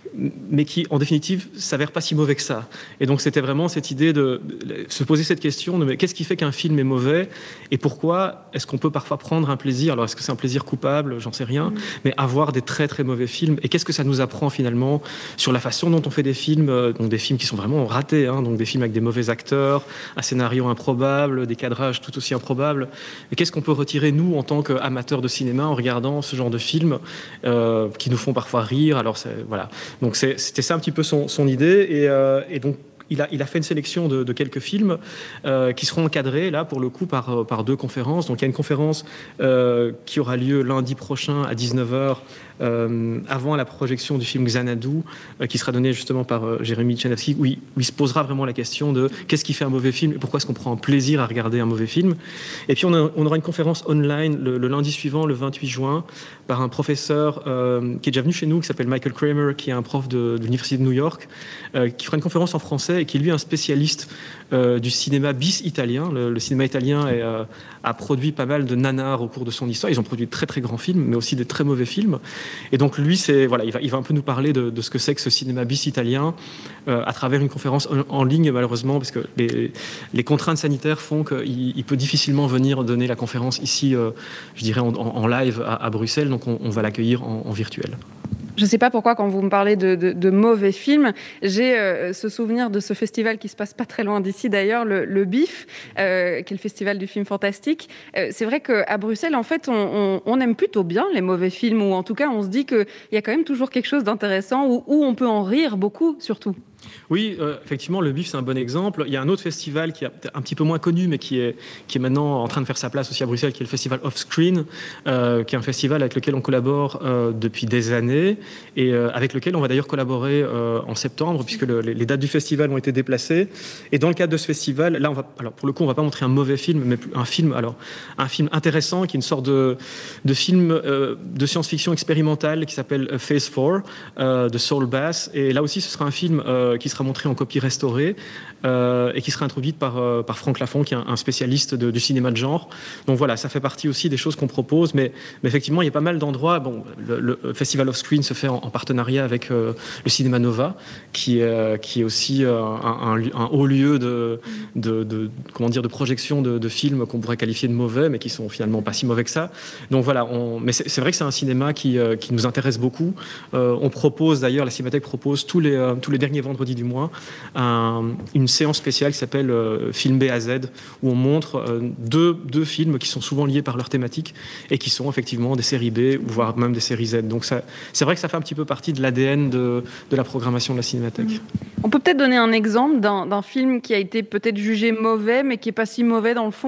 mais qui, en définitive, s'avère pas si mauvais que ça. Et donc, c'était vraiment cette idée de, de se poser cette question de mais qu'est-ce qui fait qu'un film est mauvais et pourquoi est-ce qu'on peut parfois prendre un plaisir, alors est-ce que c'est un plaisir coupable, j'en sais rien, mmh. mais avoir des très très mauvais films, et qu'est-ce que ça nous apprend finalement sur la façon dont on fait des films, euh, donc des films qui sont vraiment ratés, hein, donc des films avec des mauvais acteurs, un scénario improbable, des cadrages tout aussi improbables, et qu'est-ce qu'on peut retirer, nous, en tant qu'amateurs de cinéma, en regardant ce genre de films euh, qui nous font parfois rire, alors c'est, voilà. Donc c'est, c'était ça un petit peu son, son idée, et, euh, et donc il a, il a fait une sélection de, de quelques films euh, qui seront encadrés, là, pour le coup, par, par deux conférences. Donc il y a une conférence euh, qui aura lieu lundi prochain à dix-neuf heures, euh, avant la projection du film Xanadu, euh, qui sera donné justement par euh, Jérémy Tchanowsky, où il, où il se posera vraiment la question de qu'est-ce qui fait un mauvais film et pourquoi est-ce qu'on prend un plaisir à regarder un mauvais film. Et puis on, a, on aura une conférence online le, le lundi suivant, le vingt-huit juin, par un professeur euh, qui est déjà venu chez nous, qui s'appelle Michael Kramer, qui est un prof de, de l'Université de New York, euh, qui fera une conférence en français et qui est lui un spécialiste euh, du cinéma bis italien. Le, le cinéma italien est, euh, a produit pas mal de nanars au cours de son histoire. Ils ont produit de très très grands films, mais aussi de très mauvais films. Et donc lui, c'est, voilà, il, va, il va un peu nous parler de, de ce que c'est que ce cinéma bis italien euh, à travers une conférence en, en ligne, malheureusement, parce que les, les contraintes sanitaires font qu'il il peut difficilement venir donner la conférence ici, euh, je dirais, en, en live à, à Bruxelles. Donc on, on va l'accueillir en, en virtuel. Je ne sais pas pourquoi, quand vous me parlez de, de, de mauvais films, j'ai euh, ce souvenir de ce festival qui se passe pas très loin d'ici d'ailleurs, le, le B I F, euh, qui est le festival du film fantastique. Euh, c'est vrai qu'à Bruxelles, en fait, on, on, on aime plutôt bien les mauvais films, ou en tout cas, on se dit qu'il y a quand même toujours quelque chose d'intéressant, où, où on peut en rire beaucoup, surtout. Oui, euh, effectivement, le B I F, c'est un bon exemple. Il y a un autre festival qui est un petit peu moins connu, mais qui est, qui est maintenant en train de faire sa place aussi à Bruxelles, qui est le festival Offscreen, euh, qui est un festival avec lequel on collabore euh, depuis des années, et euh, avec lequel on va d'ailleurs collaborer euh, en septembre, puisque le, les dates du festival ont été déplacées. Et dans le cadre de ce festival, là, on va, alors pour le coup, on ne va pas montrer un mauvais film, mais un film, alors, un film intéressant, qui est une sorte de, de film euh, de science-fiction expérimentale qui s'appelle Phase four, euh, de Saul Bass. Et là aussi, ce sera un film euh, qui sera montré en copie restaurée euh, et qui sera introduite par, euh, par Franck Lafont, qui est un, un spécialiste de, du cinéma de genre. Donc voilà, ça fait partie aussi des choses qu'on propose, mais, mais effectivement, il y a pas mal d'endroits. Bon, le, le Festival Offscreen se fait en, en partenariat avec euh, le Cinéma Nova, qui, euh, qui est aussi euh, un, un, un haut lieu de, de, de, comment dire, de projection de, de films qu'on pourrait qualifier de mauvais, mais qui sont finalement pas si mauvais que ça. Donc voilà, on, mais c'est, c'est vrai que c'est un cinéma qui, euh, qui nous intéresse beaucoup. Euh, on propose d'ailleurs, la Cinémathèque propose tous les, euh, tous les derniers vendredis du mois un, une séance spéciale qui s'appelle euh, Film B à Z, où on montre euh, deux, deux films qui sont souvent liés par leur thématique et qui sont effectivement des séries B, voire même des séries Z. Donc ça, c'est vrai que ça fait un petit peu partie de l'A D N de, de la programmation de la Cinémathèque. On peut peut-être donner un exemple d'un, d'un film qui a été peut-être jugé mauvais, mais qui n'est pas si mauvais dans le fond ?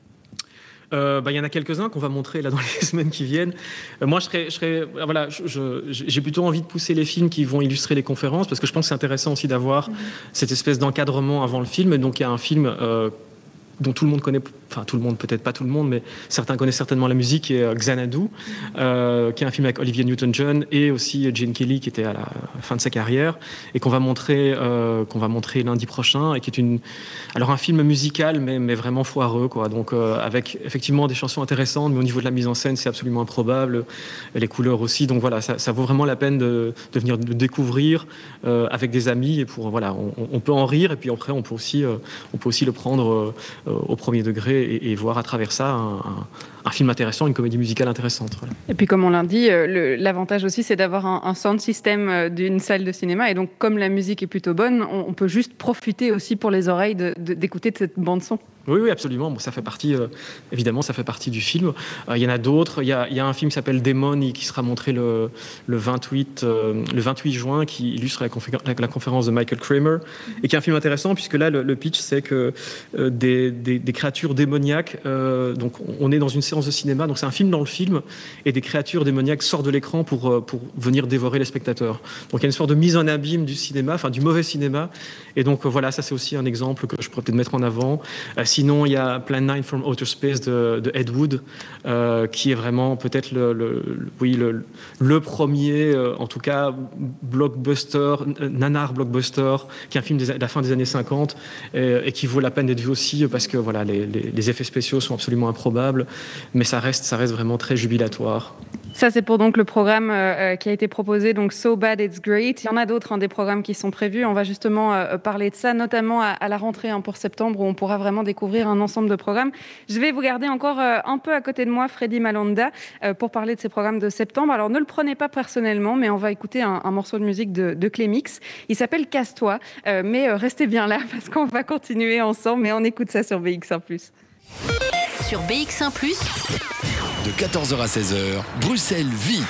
Euh, bah, y en a quelques-uns qu'on va montrer là dans les semaines qui viennent. Euh, moi, je serais, je serais, voilà, je, je, j'ai plutôt envie de pousser les films qui vont illustrer les conférences, parce que je pense que c'est intéressant aussi d'avoir mmh. cette espèce d'encadrement avant le film. Et donc, il y a un film euh, dont tout le monde connaît, enfin tout le monde, peut-être pas tout le monde, mais certains connaissent certainement la musique, qui est euh, Xanadu, euh, qui est un film avec Olivia Newton-John et aussi Gene Kelly, qui était à la fin de sa carrière, et qu'on va montrer, euh, qu'on va montrer lundi prochain, et qui est une, alors un film musical, mais, mais vraiment foireux, quoi. Donc euh, avec effectivement des chansons intéressantes, mais au niveau de la mise en scène, c'est absolument improbable, les couleurs aussi. Donc voilà, ça, ça vaut vraiment la peine de, de venir le découvrir euh, avec des amis, et pour voilà, on, on peut en rire, et puis après on peut aussi, euh, on peut aussi le prendre euh, au premier degré et, et voir à travers ça un, un, un film intéressant, une comédie musicale intéressante. Voilà. Et puis comme on l'a dit, le, l'avantage aussi c'est d'avoir un, un sound system d'une salle de cinéma, et donc comme la musique est plutôt bonne, on, on peut juste profiter aussi pour les oreilles de, de, d'écouter de cette bande son. Oui, oui, absolument. Bon, ça fait partie, euh, évidemment, ça fait partie du film. Il euh, y en a d'autres. Il y a, y a un film qui s'appelle Demon, qui sera montré le, le, vingt-huit, euh, le vingt-huit juin, qui illustre la, confé- la, la conférence de Michael Kramer, et qui est un film intéressant, puisque là, le, le pitch, c'est que euh, des, des, des créatures démoniaques, euh, donc on est dans une séance de cinéma, donc c'est un film dans le film, et des créatures démoniaques sortent de l'écran pour, pour venir dévorer les spectateurs. Donc il y a une sorte de mise en abîme du cinéma, enfin du mauvais cinéma, et donc voilà, ça c'est aussi un exemple que je pourrais peut-être mettre en avant. Euh, Sinon, il y a Plan nine from Outer Space de, de Ed Wood, euh, qui est vraiment peut-être le, le, le, oui, le, le premier, euh, en tout cas, blockbuster, nanar blockbuster, qui est un film de la fin des années cinquante, et, et qui vaut la peine d'être vu aussi, parce que voilà, les, les, les effets spéciaux sont absolument improbables, mais ça reste, ça reste vraiment très jubilatoire. Ça, c'est pour donc le programme euh, qui a été proposé, donc So Bad It's Great. Il y en a d'autres, hein, des programmes qui sont prévus. On va justement euh, parler de ça, notamment à, à la rentrée hein, pour septembre, où on pourra vraiment découvrir un ensemble de programmes. Je vais vous garder encore euh, un peu à côté de moi, Freddy Malonda, euh, pour parler de ces programmes de septembre. Alors, ne le prenez pas personnellement, mais on va écouter un, un morceau de musique de, de Clémix. Il s'appelle Casse-toi, euh, mais euh, restez bien là parce qu'on va continuer ensemble. Mais on écoute ça sur B X un plus. Sur B X un plus, de quatorze heures à seize heures, Bruxelles vit.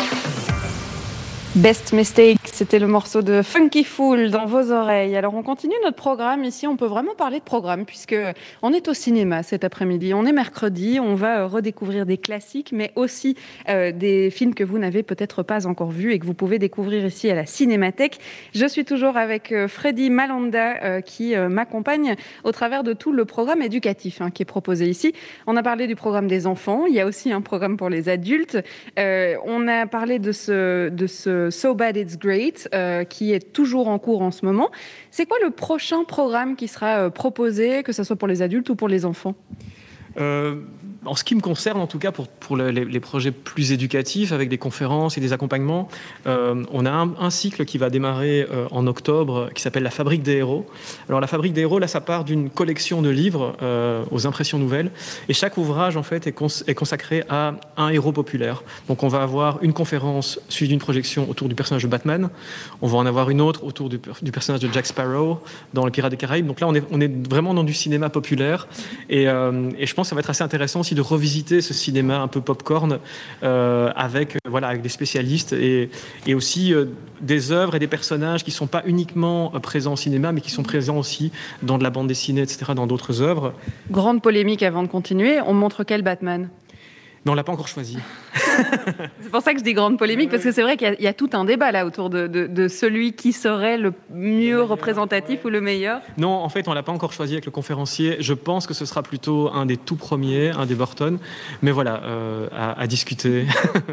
Best Mistake, c'était le morceau de Funky Fool dans vos oreilles. Alors on continue notre programme ici, on peut vraiment parler de programme puisque on est au cinéma cet après-midi, on est mercredi, on va redécouvrir des classiques mais aussi euh, des films que vous n'avez peut-être pas encore vus et que vous pouvez découvrir ici à la Cinémathèque. Je suis toujours avec euh, Freddy Malonda euh, qui euh, m'accompagne au travers de tout le programme éducatif hein, qui est proposé ici. On a parlé du programme des enfants, il y a aussi un programme pour les adultes. Euh, on a parlé de ce, de ce So Bad It's Great, euh, qui est toujours en cours en ce moment. C'est quoi le prochain programme qui sera euh, proposé, que ce soit pour les adultes ou pour les enfants ? Euh, en ce qui me concerne, en tout cas pour, pour les, les projets plus éducatifs, avec des conférences et des accompagnements, euh, on a un, un cycle qui va démarrer euh, en octobre, qui s'appelle La Fabrique des héros. Alors la Fabrique des héros, là, ça part d'une collection de livres euh, aux impressions nouvelles, et chaque ouvrage, en fait, est, cons- est consacré à un héros populaire. Donc on va avoir une conférence suivie d'une projection autour du personnage de Batman, on va en avoir une autre autour du, du personnage de Jack Sparrow dans Les Pirates des Caraïbes. Donc là, on est, on est vraiment dans du cinéma populaire, et, euh, et je pense que ça va être assez intéressant aussi de revisiter ce cinéma un peu popcorn euh, avec, euh, voilà, avec des spécialistes et, et aussi euh, des œuvres et des personnages qui ne sont pas uniquement euh, présents au cinéma, mais qui sont présents aussi dans de la bande dessinée, et cetera, dans d'autres œuvres. Grande polémique avant de continuer, on montre quel Batman ? Mais on ne l'a pas encore choisi. C'est pour ça que je dis grande polémique, parce que c'est vrai qu'il y a, il y a tout un débat là autour de, de, de celui qui serait le mieux le représentatif ouais. ou le meilleur. Non, en fait, on ne l'a pas encore choisi avec le conférencier. Je pense que ce sera plutôt un des tout premiers, un des Burton. Mais voilà, euh, à, à discuter.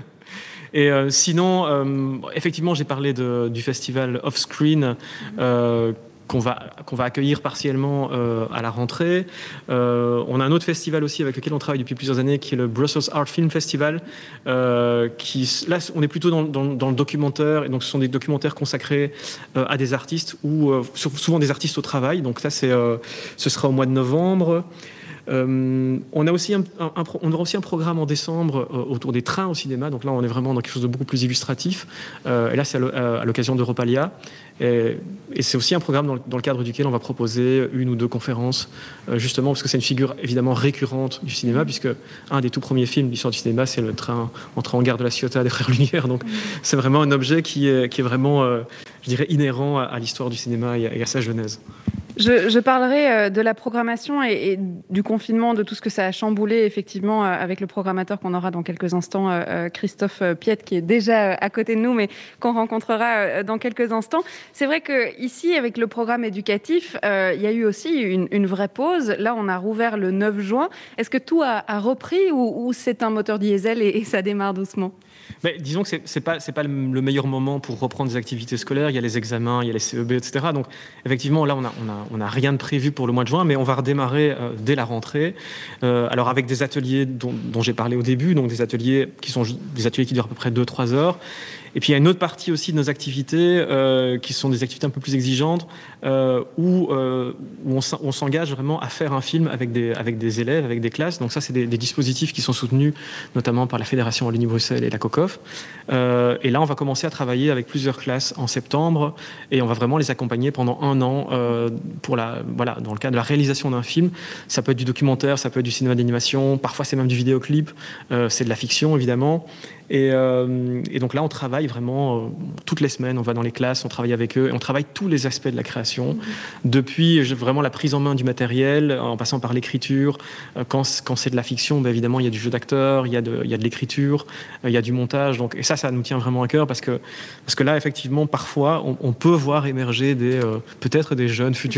Et euh, sinon, euh, effectivement, j'ai parlé de, du festival Offscreen, euh, qu'on va, qu'on va accueillir partiellement euh, à la rentrée. Euh, on a un autre festival aussi avec lequel on travaille depuis plusieurs années, qui est le Brussels Art Film Festival. Euh, qui, là, on est plutôt dans, dans, dans le documentaire, et donc ce sont des documentaires consacrés euh, à des artistes, ou euh, souvent des artistes au travail. Donc ça, c'est, euh, ce sera au mois de novembre. Euh, on, a aussi un, un, un, on aura aussi un programme en décembre euh, autour des trains au cinéma. Donc là, on est vraiment dans quelque chose de beaucoup plus illustratif. Euh, et là, c'est à l'occasion d'Europalia. Et, et c'est aussi un programme dans le, dans le cadre duquel on va proposer une ou deux conférences, euh, justement parce que c'est une figure évidemment récurrente du cinéma, puisque un des tout premiers films de l'histoire du cinéma, c'est le train entrant en gare de la Ciotat des Frères Lumière. Donc c'est vraiment un objet qui est, qui est vraiment, euh, je dirais, inhérent à, à l'histoire du cinéma et à, et à sa genèse. Je, je parlerai de la programmation et, et du confinement, de tout ce que ça a chamboulé effectivement avec le programmateur qu'on aura dans quelques instants, Christophe Piette, qui est déjà à côté de nous, mais qu'on rencontrera dans quelques instants. C'est vrai qu'ici, avec le programme éducatif, euh, il y a eu aussi une, une vraie pause. Là, on a rouvert le neuf juin. Est-ce que tout a, a repris ou, ou c'est un moteur diesel et, et ça démarre doucement ? Mais disons que ce n'est pas, c'est pas le meilleur moment pour reprendre des activités scolaires. Il y a les examens, il y a les C E B, et cetera. Donc, effectivement, là, on n'a on a, on a rien de prévu pour le mois de juin, mais on va redémarrer euh, dès la rentrée. Euh, alors, avec des ateliers dont, dont j'ai parlé au début, donc des ateliers qui sont des ateliers qui durent à peu près deux à trois heures. Et puis, il y a une autre partie aussi de nos activités euh, qui sont des activités un peu plus exigeantes, euh, où, euh, où on s'engage vraiment à faire un film avec des, avec des élèves, avec des classes. Donc ça, c'est des, des dispositifs qui sont soutenus notamment par la Fédération Wallonie-Bruxelles et la COCOF. Euh, et là, on va commencer à travailler avec plusieurs classes en septembre, et on va vraiment les accompagner pendant un an euh, pour la, voilà, dans le cadre de la réalisation d'un film. Ça peut être du documentaire, ça peut être du cinéma d'animation, parfois c'est même du vidéoclip, euh, c'est de la fiction évidemment. Et, euh, et donc là, on travaille vraiment euh, toutes les semaines, on va dans les classes, on travaille avec eux, et on travaille tous les aspects de la création, mmh. depuis vraiment la prise en main du matériel, en passant par l'écriture. Euh, quand, quand c'est de la fiction, ben évidemment, il y a du jeu d'acteur, il y a de, il y a de l'écriture, euh, il y a du montage. Donc, et ça, ça nous tient vraiment à cœur, parce que, parce que là, effectivement, parfois, on, on peut voir émerger des, euh, peut-être des jeunes futurs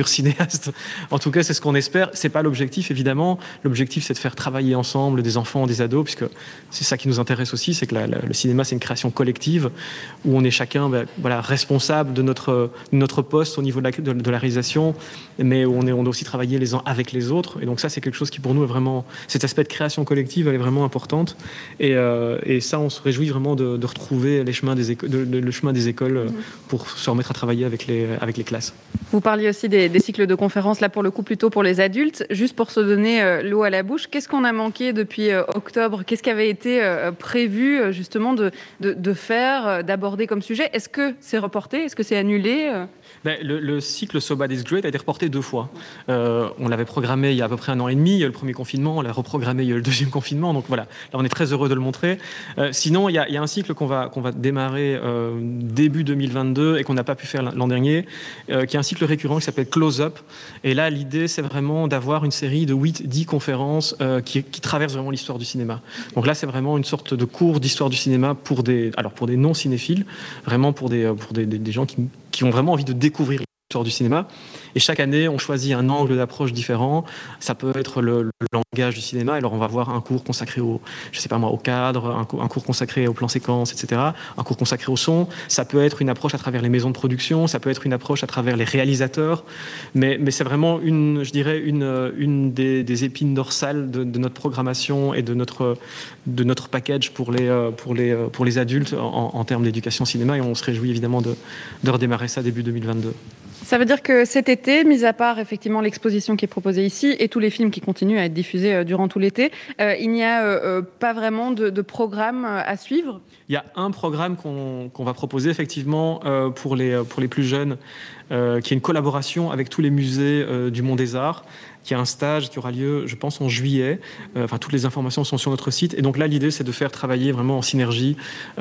cinéastes. En tout cas, c'est ce qu'on espère. C'est pas l'objectif, évidemment. L'objectif, c'est de faire travailler ensemble des enfants, des ados, puisque c'est ça qui nous intéresse aussi, c'est que la, la, le cinéma, c'est une création collective où on est chacun ben, voilà, responsable de notre, de notre poste au niveau de la, de, de la réalisation, mais où on, est, on doit aussi travailler les uns avec les autres. Et donc ça, c'est quelque chose qui, pour nous, est vraiment... Cet aspect de création collective, elle est vraiment importante. Et, euh, et ça, on se réjouit vraiment de, de retrouver les chemins des éco- de, de, le chemin des écoles mmh. pour se remettre à travailler avec les, avec les classes. Vous parliez aussi des, des cycles de conférences, là, pour le coup, plutôt pour les adultes. Juste pour se donner euh, l'eau à la bouche, qu'est-ce qu'on a manqué depuis euh, octobre ? Qu'est-ce qui avait été euh, prévu, justement, de, de, de faire, euh, d'aborder comme sujet ? Est-ce que c'est reporté ? Est-ce que c'est annulé ? euh... Ben, le, le cycle So Bad It's Great a été reporté deux fois. Euh, on l'avait programmé il y a à peu près un an et demi, il y a eu le premier confinement, on l'a reprogrammé il y a eu le deuxième confinement, donc voilà, là on est très heureux de le montrer. Euh, sinon, il y, a, il y a un cycle qu'on va, qu'on va démarrer euh, début deux mille vingt-deux et qu'on n'a pas pu faire l'an dernier, euh, qui est un cycle récurrent qui s'appelle Close Up. Et là, l'idée, c'est vraiment d'avoir une série de huit dix conférences euh, qui, qui traversent vraiment l'histoire du cinéma. Donc là, c'est vraiment une sorte de cours d'histoire du cinéma pour des, alors pour des non-cinéphiles, vraiment pour des, pour des, des, des gens qui, qui ont vraiment envie de découvrir l'histoire du cinéma. Et chaque année, on choisit un angle d'approche différent. Ça peut être le, le langage du cinéma. Alors, on va avoir un cours consacré au, je sais pas moi, au cadre, un cours, un cours consacré au plan séquence, et cetera. Un cours consacré au son. Ça peut être une approche à travers les maisons de production. Ça peut être une approche à travers les réalisateurs. Mais, mais c'est vraiment une, je dirais, une, une des, des épines dorsales de, de notre programmation et de notre, de notre package pour les, pour les, pour les adultes en, en termes d'éducation cinéma. Et on se réjouit évidemment de, de redémarrer ça début deux mille vingt-deux. Ça veut dire que cet été, mis à part effectivement l'exposition qui est proposée ici et tous les films qui continuent à être diffusés durant tout l'été, euh, il n'y a euh, pas vraiment de, de programme à suivre ? Il y a un programme qu'on, qu'on va proposer effectivement euh, pour, les, pour les plus jeunes, euh, qui est une collaboration avec tous les musées euh, du Mont des Arts, qui est un stage qui aura lieu, je pense, en juillet. Euh, enfin, toutes les informations sont sur notre site. Et donc là, l'idée, c'est de faire travailler vraiment en synergie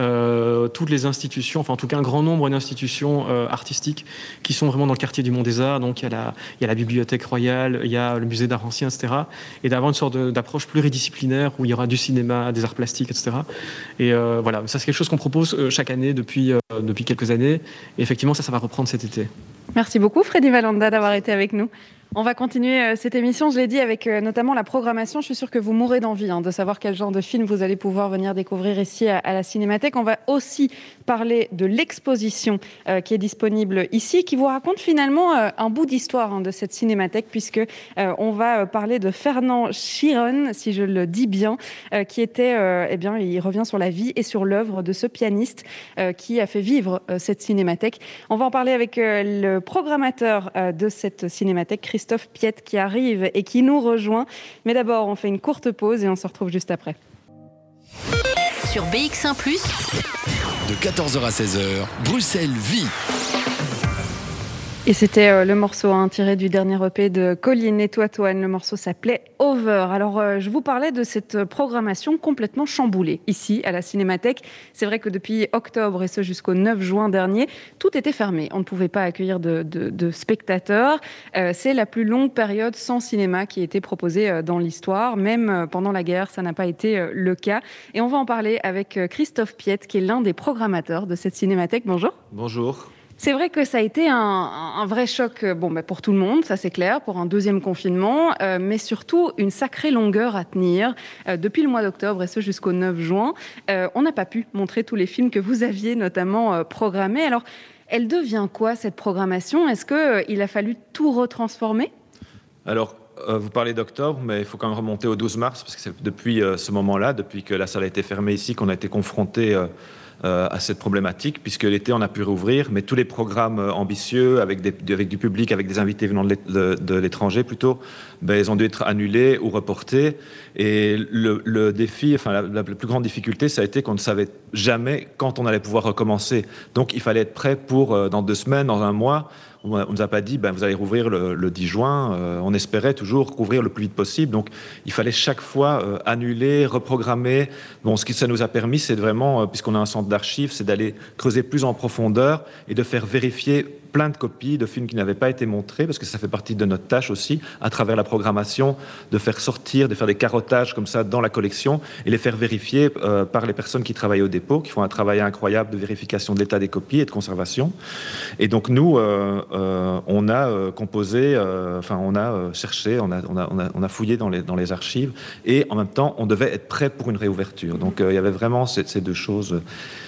euh, toutes les institutions, enfin en tout cas un grand nombre d'institutions euh, artistiques qui sont vraiment dans le quartier du Mont des Arts. Donc il y a la, il y a la Bibliothèque Royale, il y a le Musée d'Art Ancien, et cetera. Et d'avoir une sorte de, d'approche pluridisciplinaire où il y aura du cinéma, des arts plastiques, et cetera. Et euh, voilà, ça c'est quelque chose qu'on propose euh, chaque année depuis, euh, depuis quelques années. Et effectivement, ça, ça va reprendre cet été. Merci beaucoup, Freddy Valanda, d'avoir été avec nous. On va continuer cette émission, je l'ai dit, avec notamment la programmation. Je suis sûre que vous mourrez d'envie hein, de savoir quel genre de film vous allez pouvoir venir découvrir ici à, à la Cinémathèque. On va aussi parler de l'exposition euh, qui est disponible ici, qui vous raconte finalement euh, un bout d'histoire hein, de cette Cinémathèque, puisque euh, on va parler de Fernand Chiron, si je le dis bien, euh, qui était, euh, eh bien, il revient sur la vie et sur l'œuvre de ce pianiste euh, qui a fait vivre euh, cette Cinémathèque. On va en parler avec euh, le programmateur euh, de cette Cinémathèque, Christophe Piette, qui arrive et qui nous rejoint. Mais d'abord, on fait une courte pause et on se retrouve juste après. Sur B X un plus, de quatorze heures à seize heures, Bruxelles vit. Et c'était euh, le morceau hein, tiré du dernier E P de Colline et Toitoine. Le morceau s'appelait Over. Alors, euh, je vous parlais de cette programmation complètement chamboulée ici, à la Cinémathèque. C'est vrai que depuis octobre, et ce jusqu'au neuf juin dernier, tout était fermé. On ne pouvait pas accueillir de, de, de spectateurs. Euh, c'est la plus longue période sans cinéma qui a été proposée euh, dans l'histoire. Même euh, pendant la guerre, ça n'a pas été euh, le cas. Et on va en parler avec euh, Christophe Piette, qui est l'un des programmateurs de cette Cinémathèque. Bonjour. Bonjour. C'est vrai que ça a été un, un vrai choc bon, bah pour tout le monde, ça c'est clair, pour un deuxième confinement, euh, mais surtout une sacrée longueur à tenir. Euh, depuis le mois d'octobre et ce jusqu'au neuf juin, euh, on n'a pas pu montrer tous les films que vous aviez notamment euh, programmés. Alors, elle devient quoi cette programmation ? Est-ce qu'il euh, a fallu tout retransformer ? Alors, euh, vous parlez d'octobre, mais il faut quand même remonter au douze mars, parce que c'est depuis euh, ce moment-là, depuis que la salle a été fermée ici, qu'on a été confronté euh, Euh, à cette problématique, puisque l'été on a pu rouvrir, mais tous les programmes euh, ambitieux avec, des, avec du public, avec des invités venant de, de, de l'étranger plutôt, ben, ils ont dû être annulés ou reportés. Et le, le défi, enfin la, la plus grande difficulté, ça a été qu'on ne savait jamais quand on allait pouvoir recommencer. Donc il fallait être prêt pour euh, dans deux semaines, dans un mois. On ne nous a pas dit ben, vous allez rouvrir le, le dix juin. Euh, on espérait toujours rouvrir le plus vite possible. Donc il fallait chaque fois euh, annuler, reprogrammer. Bon, ce que ça nous a permis, c'est de vraiment, euh, puisqu'on a un centre d'archives, c'est d'aller creuser plus en profondeur et de faire vérifier plein de copies de films qui n'avaient pas été montrés, parce que ça fait partie de notre tâche aussi, à travers la programmation, de faire sortir, de faire des carottages comme ça dans la collection et les faire vérifier euh, par les personnes qui travaillent au dépôt, qui font un travail incroyable de vérification de l'état des copies et de conservation. Et donc nous, euh, euh, on a euh, composé, euh, enfin on a euh, cherché, on a, on, a, on, a, on a fouillé dans les, dans les archives, et en même temps, on devait être prêt pour une réouverture. Donc euh, il y avait vraiment ces, ces deux choses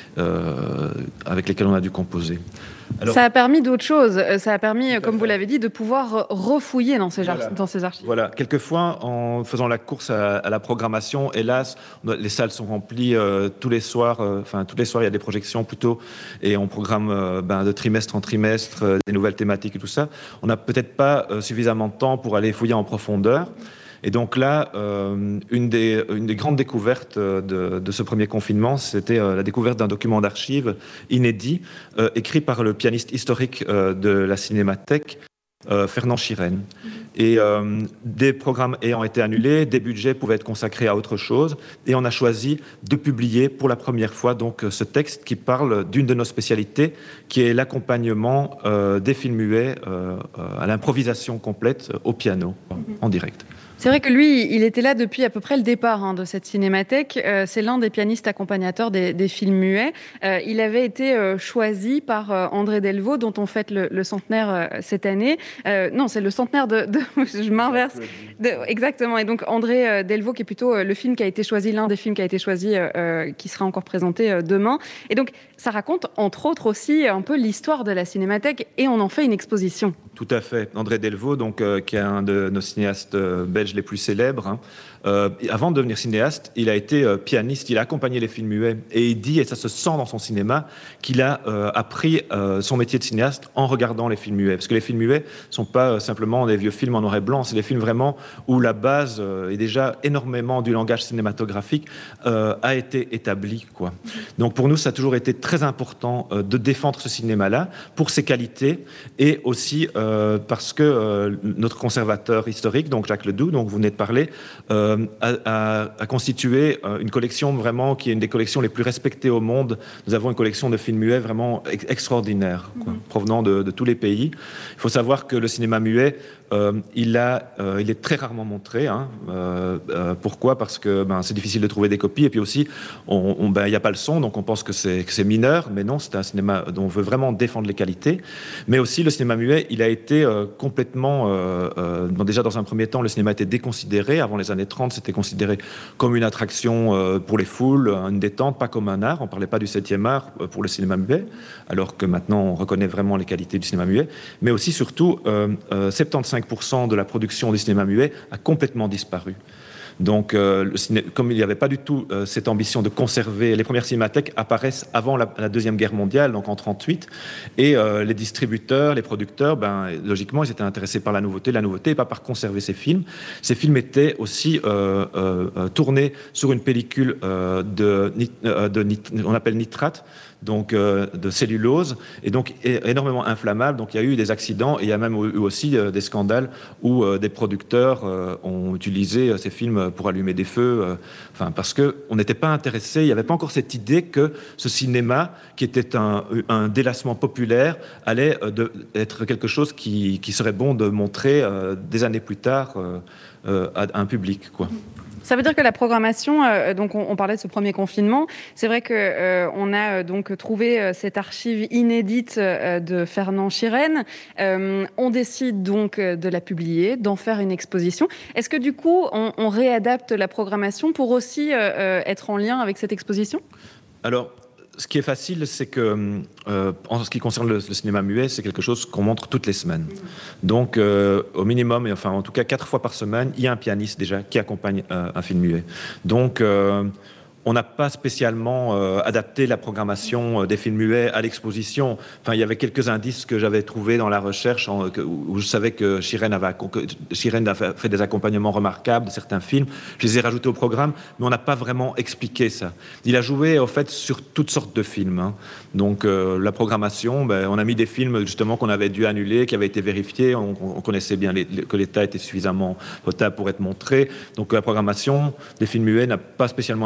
euh, avec lesquelles on a dû composer. Alors, ça a permis d'autres choses. Ça a permis, comme vous l'avez dit, de pouvoir refouiller dans ces, voilà. dans ces archives. Voilà. Quelquefois, en faisant la course à, à la programmation, hélas, les salles sont remplies euh, tous les soirs. Euh, enfin, tous les soirs, il y a des projections plutôt, et on programme euh, ben, de trimestre en trimestre euh, des nouvelles thématiques et tout ça. On n'a peut-être pas euh, suffisamment de temps pour aller fouiller en profondeur. Et donc là, euh, une, des, une des grandes découvertes de, de ce premier confinement, c'était euh, la découverte d'un document d'archives inédit, euh, écrit par le pianiste historique euh, de la Cinémathèque, euh, Fernand Schirren. Et euh, des programmes ayant été annulés, des budgets pouvaient être consacrés à autre chose, et on a choisi de publier pour la première fois donc ce texte qui parle d'une de nos spécialités, qui est l'accompagnement euh, des films muets euh, à l'improvisation complète au piano, en direct. C'est vrai que lui, il était là depuis à peu près le départ hein, de cette cinémathèque. Euh, c'est l'un des pianistes accompagnateurs des, des films muets. Euh, il avait été euh, choisi par euh, André Delvaux, dont on fête le, le centenaire euh, cette année. Euh, non, c'est le centenaire de... de je m'inverse. De, exactement. Et donc André euh, Delvaux, qui est plutôt euh, le film qui a été choisi, l'un des films qui a été choisi, euh, qui sera encore présenté euh, demain. Et donc, ça raconte, entre autres aussi, un peu l'histoire de la cinémathèque, et on en fait une exposition. Tout à fait. André Delvaux, donc, euh, qui est un de nos cinéastes euh, belges les plus célèbres, hein. euh, avant de devenir cinéaste, il a été euh, pianiste, il a accompagné les films muets, et il dit, et ça se sent dans son cinéma, qu'il a euh, appris euh, son métier de cinéaste en regardant les films muets. Parce que les films muets ne sont pas euh, simplement des vieux films en noir et blanc, c'est des films vraiment où la base euh, est déjà énormément du langage cinématographique euh, a été établie, quoi. Donc pour nous, ça a toujours été très important euh, de défendre ce cinéma-là pour ses qualités, et aussi euh, parce que euh, notre conservateur historique, donc Jacques Ledoux, dont vous venez de parler, euh, a, a, a constitué euh, une collection vraiment qui est une des collections les plus respectées au monde. Nous avons une collection de films muets vraiment ex- extraordinaire, quoi, mmh. provenant de, de tous les pays. Il faut savoir que le cinéma muet, euh, il, a, euh, il est très rarement montré. Hein. Euh, euh, pourquoi ? Parce que ben, c'est difficile de trouver des copies, et puis aussi, il n'y ben, a pas le son, donc on pense que c'est, que c'est mineur, mais non, c'est un cinéma dont on veut vraiment défendre les qualités. Mais aussi, le cinéma muet, il a été euh, complètement... Euh, euh, bon, déjà, dans un premier temps, le cinéma était déconsidéré. Avant les années trente, c'était considéré comme une attraction euh, pour les foules, une détente, pas comme un art. On ne parlait pas du septième art pour le cinéma muet, alors que maintenant, on reconnaît vraiment les qualités du cinéma muet. Mais aussi, surtout, euh, euh, soixante-quinze pour cent de la production du cinéma muet a complètement disparu. Donc, euh, le ciné... comme il n'y avait pas du tout euh, cette ambition de conserver, les premières cinémathèques apparaissent avant la, la Deuxième Guerre mondiale, donc en trente-huit, et euh, les distributeurs, les producteurs, ben, logiquement, ils étaient intéressés par la nouveauté, la nouveauté, et pas par conserver ces films. Ces films étaient aussi euh, euh, tournés sur une pellicule euh, de, euh, de nit... on appelle nitrate, donc euh, de cellulose, et donc énormément inflammable. Donc il y a eu des accidents, et il y a même eu aussi euh, des scandales où euh, des producteurs euh, ont utilisé euh, ces films pour allumer des feux, euh, enfin, parce qu'on n'était pas intéressé, il n'y avait pas encore cette idée que ce cinéma, qui était un, un délassement populaire, allait euh, de, être quelque chose qui, qui serait bon de montrer euh, des années plus tard euh, euh, à un public, quoi. Ça veut dire que la programmation, euh, donc on, on parlait de ce premier confinement, c'est vrai qu'on euh, a euh, donc trouvé euh, cette archive inédite euh, de Fernand Schirren. Euh, on décide donc de la publier, d'en faire une exposition. Est-ce que du coup, on, on réadapte la programmation pour aussi euh, être en lien avec cette exposition ? Alors, ce qui est facile, c'est que, euh, en ce qui concerne le, le cinéma muet, c'est quelque chose qu'on montre toutes les semaines. Donc, euh, au minimum, et enfin, en tout cas, quatre fois par semaine, il y a un pianiste déjà qui accompagne euh, un film muet. Donc, euh, on n'a pas spécialement euh, adapté la programmation euh, des films muets à l'exposition. Enfin, il y avait quelques indices que j'avais trouvés dans la recherche en, que, où je savais que Schirren avait, que Schirren a fait des accompagnements remarquables de certains films. Je les ai rajoutés au programme, mais on n'a pas vraiment expliqué ça. Il a joué, au fait, sur toutes sortes de films. Hein. Donc, euh, la programmation, ben, on a mis des films, justement, qu'on avait dû annuler, qui avaient été vérifiés. On, on connaissait bien les, les, que l'état était suffisamment potable pour être montré. Donc, la programmation des films muets n'a pas spécialement été adaptée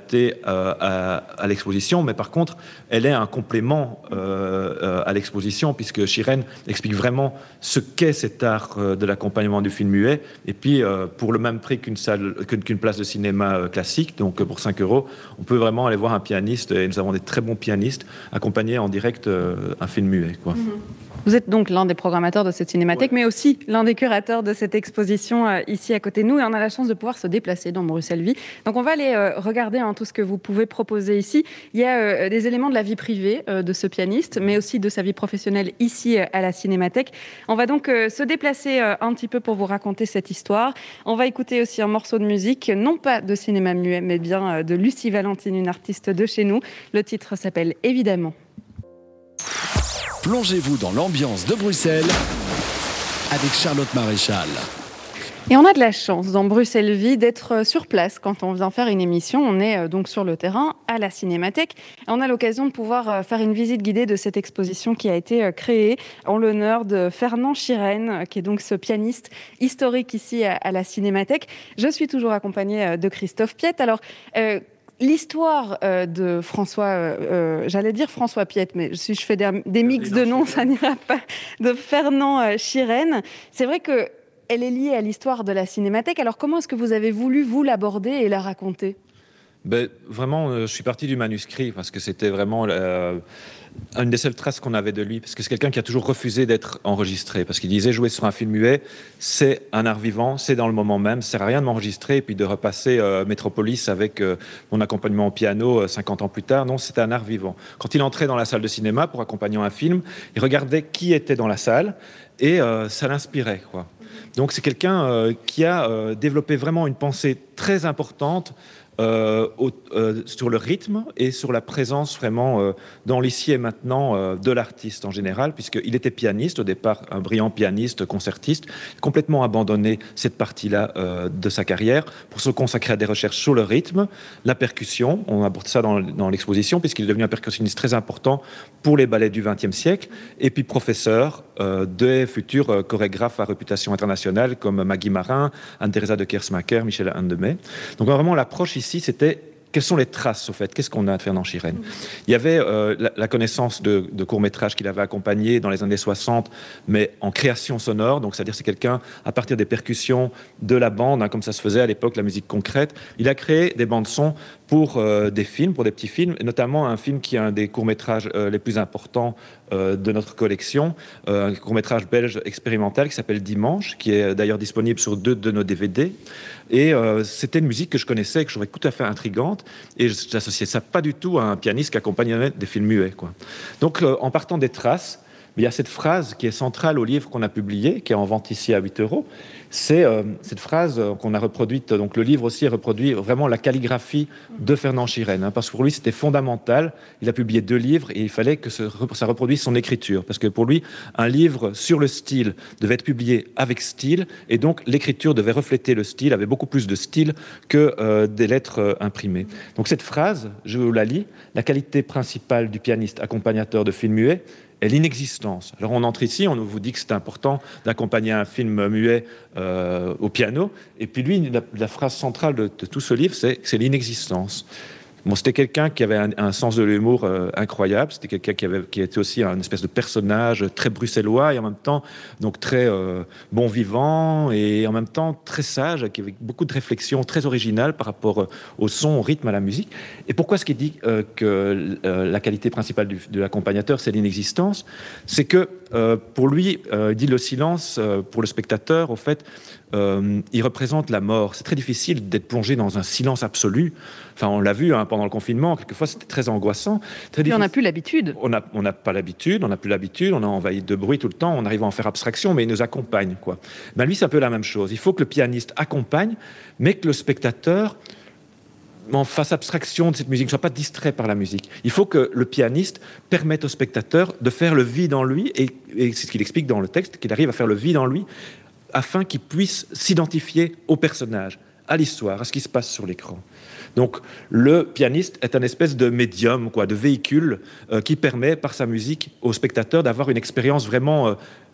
adaptée euh, à, à l'exposition, mais par contre, elle est un complément euh, euh, à l'exposition, puisque Shiren explique vraiment ce qu'est cet art euh, de l'accompagnement du film muet. Et puis, euh, pour le même prix qu'une salle, qu'une, qu'une place de cinéma euh, classique, donc euh, pour cinq euros, on peut vraiment aller voir un pianiste, et nous avons des très bons pianistes, accompagner en direct euh, un film muet, quoi. Mm-hmm. Vous êtes donc l'un des programmateurs de cette cinémathèque, ouais. mais aussi l'un des curateurs de cette exposition euh, ici à côté de nous. Et on a la chance de pouvoir se déplacer dans Bruxelles-Vie. Donc on va aller euh, regarder hein, tout ce que vous pouvez proposer ici. Il y a euh, des éléments de la vie privée euh, de ce pianiste, mais aussi de sa vie professionnelle ici euh, à la cinémathèque. On va donc euh, se déplacer euh, un petit peu pour vous raconter cette histoire. On va écouter aussi un morceau de musique, non pas de cinéma muet, mais bien euh, de Lucie Valentine, une artiste de chez nous. Le titre s'appelle « Évidemment ». Plongez-vous dans l'ambiance de Bruxelles avec Charlotte Maréchal. Et on a de la chance dans Bruxelles-Vie d'être sur place quand on vient faire une émission. On est donc sur le terrain à la Cinémathèque. Et on a l'occasion de pouvoir faire une visite guidée de cette exposition qui a été créée en l'honneur de Fernand Shiren, qui est donc ce pianiste historique ici à la Cinémathèque. Je suis toujours accompagnée de Christophe Piette. Alors, euh, L'histoire euh, de François, euh, euh, j'allais dire François Piette, mais si je fais des, des mix de noms, ça n'ira pas, de Fernand euh, Shiren. C'est vrai qu'elle est liée à l'histoire de la Cinémathèque. Alors comment est-ce que vous avez voulu, vous, l'aborder et la raconter ? Ben, vraiment, euh, je suis parti du manuscrit parce que c'était vraiment euh, une des seules traces qu'on avait de lui. Parce que c'est quelqu'un qui a toujours refusé d'être enregistré. Parce qu'il disait jouer sur un film muet, c'est un art vivant, c'est dans le moment même. Ça ne sert à rien de m'enregistrer et puis de repasser euh, Métropolis avec euh, mon accompagnement au piano euh, cinquante ans plus tard. Non, c'était un art vivant. Quand il entrait dans la salle de cinéma pour accompagner un film, il regardait qui était dans la salle et euh, ça l'inspirait, quoi. Donc c'est quelqu'un euh, qui a euh, développé vraiment une pensée très importante Euh, au, euh, sur le rythme et sur la présence vraiment euh, dans l'ici et maintenant euh, de l'artiste en général, puisqu'il était pianiste au départ, un brillant pianiste, concertiste, complètement abandonné cette partie-là euh, de sa carrière pour se consacrer à des recherches sur le rythme, la percussion. On aborde ça dans, dans l'exposition, puisqu'il est devenu un percussionniste très important pour les ballets du vingtième siècle, et puis professeur euh, des futurs euh, chorégraphes à réputation internationale comme Maggie Marin, Anne-Theresa de Kersmacher, Michel Handemey. Donc vraiment l'approche ici, c'était quelles sont les traces, au fait ? Qu'est-ce qu'on a de Fernand Shiren ? Il y avait euh, la, la connaissance de, de courts-métrages qu'il avait accompagnés dans les années soixante, mais en création sonore. Donc, c'est-à-dire c'est quelqu'un, à partir des percussions de la bande, hein, comme ça se faisait à l'époque, la musique concrète, il a créé des bandes-sons pour euh, des films, pour des petits films, et notamment un film qui est un des courts-métrages euh, les plus importants euh, de notre collection, euh, un court-métrage belge expérimental qui s'appelle Dimanche, qui est d'ailleurs disponible sur deux de nos D V D. Et euh, c'était une musique que je connaissais, que je trouvais tout à fait intrigante, et j'associais ça pas du tout à un pianiste qui accompagnait des films muets, quoi. Donc, euh, en partant des traces, il y a cette phrase qui est centrale au livre qu'on a publié, qui est en vente ici à huit euros. C'est euh, cette phrase qu'on a reproduite. Donc, le livre aussi reproduit vraiment la calligraphie de Fernand Shiren, hein, parce que pour lui, c'était fondamental. Il a publié deux livres et il fallait que ce, ça reproduise son écriture. Parce que pour lui, un livre sur le style devait être publié avec style, et donc l'écriture devait refléter le style, avait beaucoup plus de style que euh, des lettres euh, imprimées. Donc, cette phrase, je vous la lis, la qualité principale du pianiste accompagnateur de film muet est l'inexistence. Alors on entre ici, on vous dit que c'est important d'accompagner un film muet euh, au piano, et puis lui, la, la phrase centrale de, de tout ce livre, c'est, c'est l'inexistence. Bon, c'était quelqu'un qui avait un, un sens de l'humour euh, incroyable. C'était quelqu'un qui, avait, qui était aussi un espèce de personnage très bruxellois et en même temps donc très euh, bon vivant et en même temps très sage, qui avait beaucoup de réflexions très originales par rapport au son, au rythme, à la musique. Et pourquoi est-ce qu'il dit euh, que euh, la qualité principale du, de l'accompagnateur, c'est l'inexistence ? C'est que euh, pour lui, euh, il dit le silence euh, pour le spectateur, au fait, Euh, il représente la mort. C'est très difficile d'être plongé dans un silence absolu. Enfin, on l'a vu hein, pendant le confinement, quelquefois c'était très angoissant. Très Et on n'a plus l'habitude. On n'a on n'a pas l'habitude, on n'a plus l'habitude, on est envahi de bruit tout le temps, on arrive à en faire abstraction, mais il nous accompagne, quoi. Ben, lui, c'est un peu la même chose. Il faut que le pianiste accompagne, mais que le spectateur en fasse abstraction de cette musique, ne soit pas distrait par la musique. Il faut que le pianiste permette au spectateur de faire le vide en lui, et, et c'est ce qu'il explique dans le texte, qu'il arrive à faire le vide en lui, afin qu'il puisse s'identifier au personnage, à l'histoire, à ce qui se passe sur l'écran. Donc, le pianiste est un espèce de médium, quoi, de véhicule euh, qui permet, par sa musique, au spectateur d'avoir une expérience vraiment euh,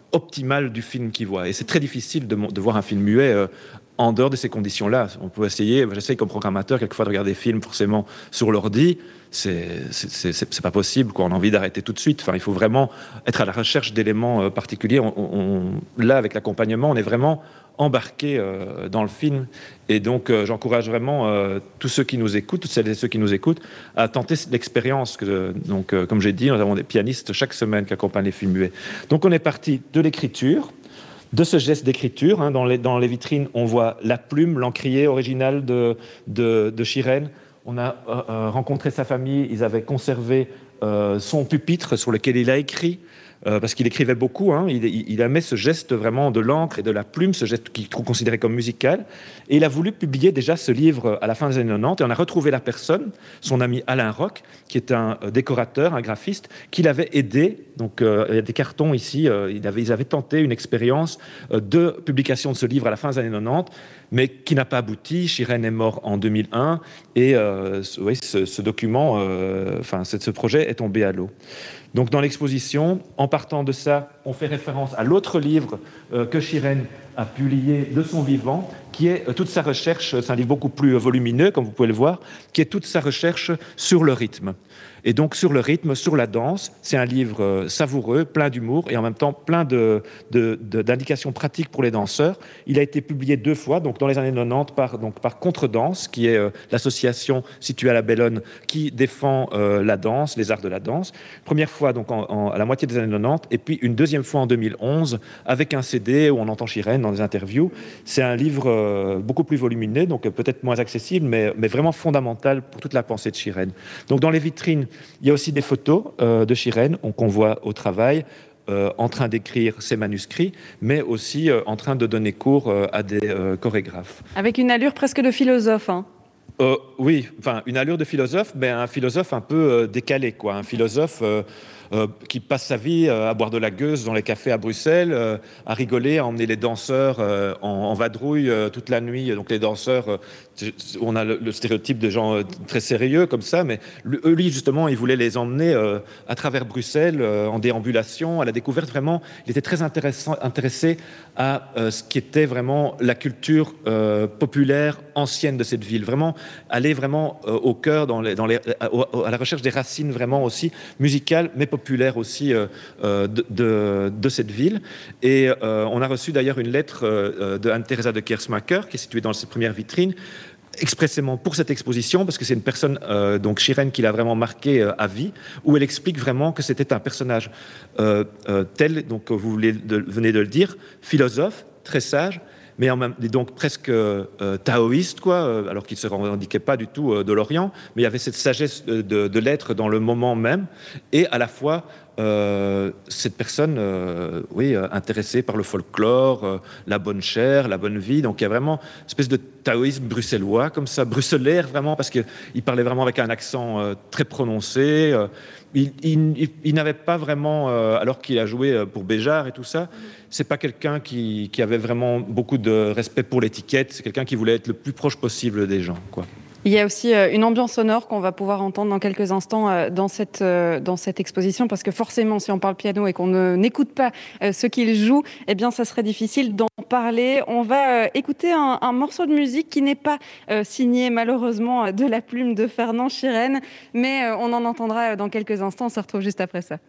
optimale du film qu'il voit. Et c'est très difficile de, de voir un film muet euh, en dehors de ces conditions-là. On peut essayer, j'essaye comme programmateur quelquefois de regarder des films forcément sur l'ordi, c'est, c'est, c'est, c'est pas possible, quoi. On a envie d'arrêter tout de suite. Enfin, il faut vraiment être à la recherche d'éléments euh, particuliers. On, on, là, avec l'accompagnement, on est vraiment embarqué euh, dans le film. Et donc, euh, j'encourage vraiment euh, tous ceux qui nous écoutent, toutes celles et ceux qui nous écoutent, à tenter l'expérience. Que, donc, euh, comme j'ai dit, nous avons des pianistes chaque semaine qui accompagnent les films muets. Donc, on est parti de l'écriture, de ce geste d'écriture. Hein, dans, les, dans les vitrines, on voit la plume, l'encrier original de, de, de Shiren. On a euh, rencontré sa famille, ils avaient conservé euh, son pupitre sur lequel il a écrit, euh, parce qu'il écrivait beaucoup, hein, il, il aimait ce geste vraiment de l'encre et de la plume, ce geste qu'il considérait comme musical, et il a voulu publier déjà ce livre à la fin des années quatre-vingt-dix, et on a retrouvé la personne, son ami Alain Roch, qui est un décorateur, un graphiste, qui l'avait aidé. Donc euh, il y a des cartons ici, euh, ils, avaient, ils avaient tenté une expérience euh, de publication de ce livre à la fin des années quatre-vingt-dix, mais qui n'a pas abouti. Shiren est mort en deux mille un, et euh, oui, ce, ce document, euh, enfin ce projet est tombé à l'eau. Donc dans l'exposition, en partant de ça, on fait référence à l'autre livre euh, que Shiren a publié de son vivant, qui est euh, toute sa recherche, c'est un livre beaucoup plus volumineux, comme vous pouvez le voir, qui est toute sa recherche sur le rythme. Et donc sur le rythme, sur la danse, c'est un livre euh, savoureux, plein d'humour et en même temps plein de, de, de, d'indications pratiques pour les danseurs. Il a été publié deux fois, donc dans les années quatre-vingt-dix, par, donc, par Contredanse, qui est euh, l'association située à la Bellonne qui défend euh, la danse, les arts de la danse. Première fois donc en, en, à la moitié des années quatre-vingt-dix, et puis une deuxième fois en deux mille onze avec un C D où on entend Shiren dans des interviews. C'est un livre euh, beaucoup plus volumineux, donc euh, peut-être moins accessible, mais, mais vraiment fondamental pour toute la pensée de Shiren. Donc dans les vitrines, il y a aussi des photos euh, de Shiren qu'on voit au travail, euh, en train d'écrire ses manuscrits, mais aussi euh, en train de donner cours euh, à des euh, chorégraphes. Avec une allure presque de philosophe, hein. Euh, oui, enfin une allure de philosophe, mais un philosophe un peu euh, décalé, quoi. Un philosophe euh, euh, qui passe sa vie euh, à boire de la gueuse dans les cafés à Bruxelles, euh, à rigoler, à emmener les danseurs euh, en, en vadrouille euh, toute la nuit. Donc les danseurs, euh, on a le, le stéréotype de gens euh, très sérieux comme ça, mais lui justement, il voulait les emmener euh, à travers Bruxelles, euh, en déambulation, à la découverte. Vraiment, il était très intéressant, intéressé à euh, ce qui était vraiment la culture euh, populaire ancienne de cette ville. Vraiment aller vraiment euh, au cœur, dans les, dans les, à, à la recherche des racines vraiment aussi musicales, mais populaires aussi euh, de, de, de cette ville. Et euh, on a reçu d'ailleurs une lettre euh, de Anne-Theresa de Kersmacher, qui est située dans ses premières vitrines, expressément pour cette exposition, parce que c'est une personne, euh, donc Shiren, qui l'a vraiment marqué euh, à vie, où elle explique vraiment que c'était un personnage euh, euh, tel, donc vous voulez de, venez de le dire, philosophe, très sage, mais en même, donc presque euh, taoïste, quoi, euh, alors qu'il ne se revendiquait pas du tout euh, de l'Orient, mais il y avait cette sagesse de, de l'être dans le moment même, et à la fois euh, cette personne, euh, oui, euh, intéressée par le folklore, euh, la bonne chair, la bonne vie. Donc il y a vraiment une espèce de taoïsme bruxellois, comme ça, bruxellaire vraiment, parce qu'il parlait vraiment avec un accent euh, très prononcé. Euh, il, il, il, il n'avait pas vraiment, euh, alors qu'il a joué pour Béjart et tout ça, c'est pas quelqu'un qui, qui avait vraiment beaucoup de respect pour l'étiquette. C'est quelqu'un qui voulait être le plus proche possible des gens, quoi. Il y a aussi une ambiance sonore qu'on va pouvoir entendre dans quelques instants dans cette, dans cette exposition, parce que forcément, si on parle piano et qu'on ne, n'écoute pas ce qu'il joue, eh bien, ça serait difficile d'en parler. On va écouter un, un morceau de musique qui n'est pas signé, malheureusement, de la plume de Fernand Shiren, mais on en entendra dans quelques instants. On se retrouve juste après ça.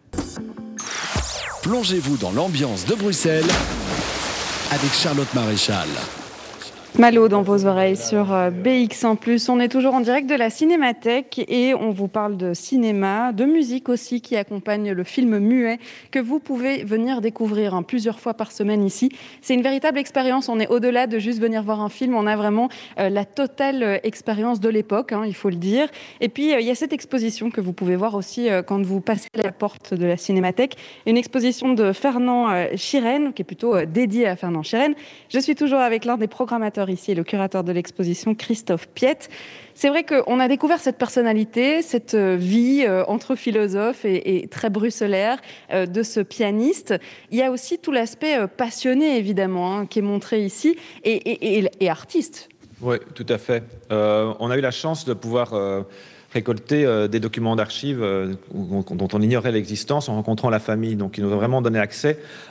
Plongez-vous dans l'ambiance de Bruxelles avec Charlotte Maréchal. Malo dans vos oreilles sur B X un plus. On est toujours en direct de la Cinémathèque et on vous parle de cinéma, de musique aussi qui accompagne le film muet que vous pouvez venir découvrir hein, plusieurs fois par semaine ici. C'est une véritable expérience. On est au-delà de juste venir voir un film. On a vraiment euh, la totale expérience de l'époque, hein, il faut le dire. Et puis, euh, il y a cette exposition que vous pouvez voir aussi euh, quand vous passez la porte de la Cinémathèque. Une exposition de Fernand euh, Shiren, qui est plutôt euh, dédiée à Fernand Shiren. Je suis toujours avec l'un des programmateurs ici, le curateur de l'exposition, Christophe Piette. C'est vrai qu'on a découvert cette personnalité, cette vie euh, entre philosophes et, et très bruxellaire euh, de ce pianiste. Il y a aussi tout l'aspect euh, passionné, évidemment, hein, qui est montré ici, et, et, et, et artiste. Oui, tout à fait. Euh, on a eu la chance de pouvoir euh, récolter euh, des documents d'archives euh, dont on ignorait l'existence en rencontrant la famille. Donc, ils nous ont vraiment donné accès à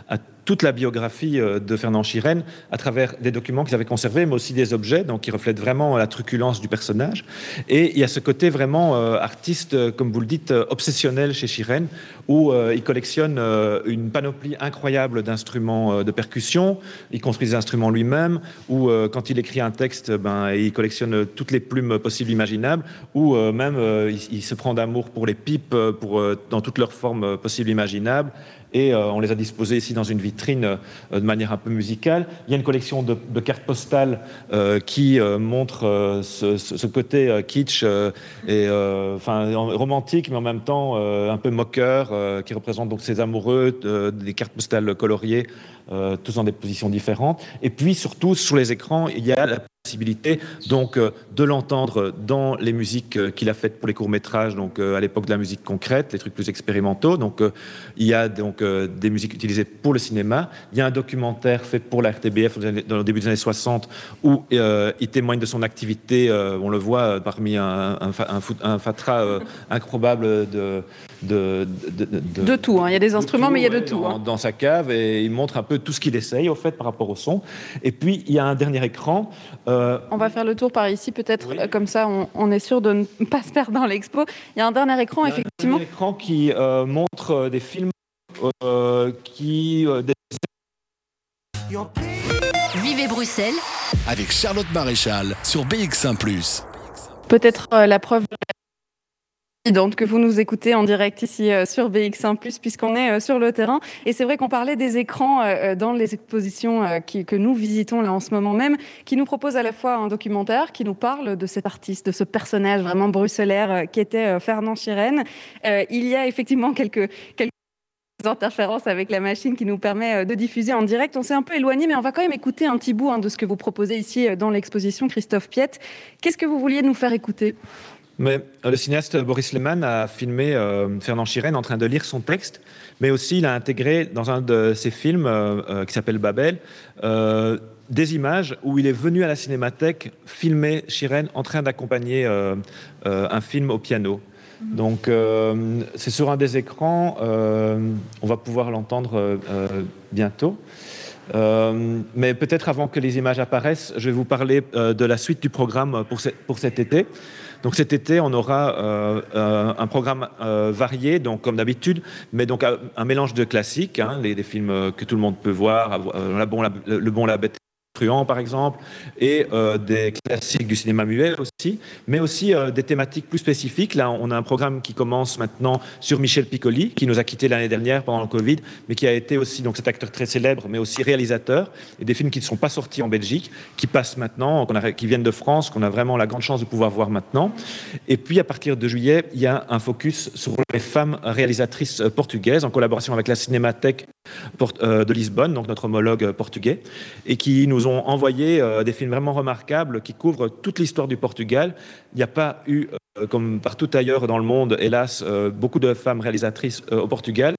toute la biographie de Fernand Schirren à travers des documents qu'ils avaient conservés, mais aussi des objets, donc qui reflètent vraiment la truculence du personnage. Et il y a ce côté vraiment euh, artiste, comme vous le dites, euh, obsessionnel chez Schirren, où euh, il collectionne euh, une panoplie incroyable d'instruments euh, de percussion, il construit des instruments lui-même, ou euh, quand il écrit un texte, ben, il collectionne toutes les plumes possibles imaginables, ou euh, même euh, il, il se prend d'amour pour les pipes, pour, euh, dans toutes leurs formes possibles imaginables. Et euh, on les a disposés ici dans une vitrine euh, de manière un peu musicale. Il y a une collection de, de cartes postales euh, qui euh, montre euh, ce, ce côté euh, kitsch euh, et euh, enfin romantique, mais en même temps euh, un peu moqueur, euh, qui représente donc ces amoureux, euh, des cartes postales coloriées, euh, tous dans des positions différentes. Et puis surtout sur les écrans, il y a la possibilité donc euh, de l'entendre dans les musiques euh, qu'il a faites pour les courts-métrages, donc euh, à l'époque de la musique concrète, les trucs plus expérimentaux. Donc euh, il y a donc euh, des musiques utilisées pour le cinéma. Il y a un documentaire fait pour la R T B F dans le début des années soixante où euh, il témoigne de son activité. Euh, on le voit euh, parmi un, un, un, un fatras euh, incroyable de de, de, de, de, de tout. Hein. Il y a des instruments, tout, mais il y a de ouais, tout. Dans, hein. dans sa cave, et il montre un peu tout ce qu'il essaye au fait par rapport au son. Et puis il y a un dernier écran. Euh, on va faire le tour par ici, peut-être, oui. Comme ça on, on est sûr de ne pas se perdre dans l'expo. Il y a un dernier écran, il y a effectivement. Un dernier écran qui euh, montre euh, des films euh, qui... Euh, des... Vivez Bruxelles avec Charlotte Maréchal sur B X un plus. Peut-être euh, la preuve évidente que vous nous écoutez en direct ici euh, sur B X un plus, puisqu'on est euh, sur le terrain. Et c'est vrai qu'on parlait des écrans euh, dans les expositions euh, qui, que nous visitons là en ce moment même, qui nous proposent à la fois un documentaire qui nous parle de cet artiste, de ce personnage vraiment bruxellaire euh, qui était euh, Fernand Schirren. Euh, il y a effectivement quelques... quelques interférences avec la machine qui nous permet de diffuser en direct. On s'est un peu éloigné, mais on va quand même écouter un petit bout hein, de ce que vous proposez ici dans l'exposition, Christophe Piette. Qu'est-ce que vous vouliez nous faire écouter ? Mais, euh, le cinéaste Boris Lehmann a filmé euh, Fernand Schirren en train de lire son texte, mais aussi il a intégré dans un de ses films euh, euh, qui s'appelle Babel euh, des images où il est venu à la Cinémathèque filmer Schirren en train d'accompagner euh, euh, un film au piano. Donc, euh, c'est sur un des écrans, euh, on va pouvoir l'entendre euh, bientôt. Euh, mais peut-être avant que les images apparaissent, je vais vous parler euh, de la suite du programme pour, ce, pour cet été. Donc cet été, on aura euh, euh, un programme euh, varié, donc comme d'habitude, mais donc un, un mélange de classiques, hein, les, les films que tout le monde peut voir, euh, la bon, la, Le Bon, la Bête, Truand par exemple, et euh, des classiques du cinéma muet aussi, mais aussi euh, des thématiques plus spécifiques. Là, on a un programme qui commence maintenant sur Michel Piccoli, qui nous a quittés l'année dernière pendant le Covid, mais qui a été aussi donc cet acteur très célèbre, mais aussi réalisateur, et des films qui ne sont pas sortis en Belgique, qui passent maintenant, qu'on a, qui viennent de France, qu'on a vraiment la grande chance de pouvoir voir maintenant. Et puis à partir de juillet, il y a un focus sur les femmes réalisatrices portugaises, en collaboration avec la Cinémathèque de Lisbonne, donc notre homologue portugais, et qui nous ont envoyé euh, des films vraiment remarquables qui couvrent toute l'histoire du Portugal. Il n'y a pas eu, euh, comme partout ailleurs dans le monde, hélas, euh, beaucoup de femmes réalisatrices euh, au Portugal.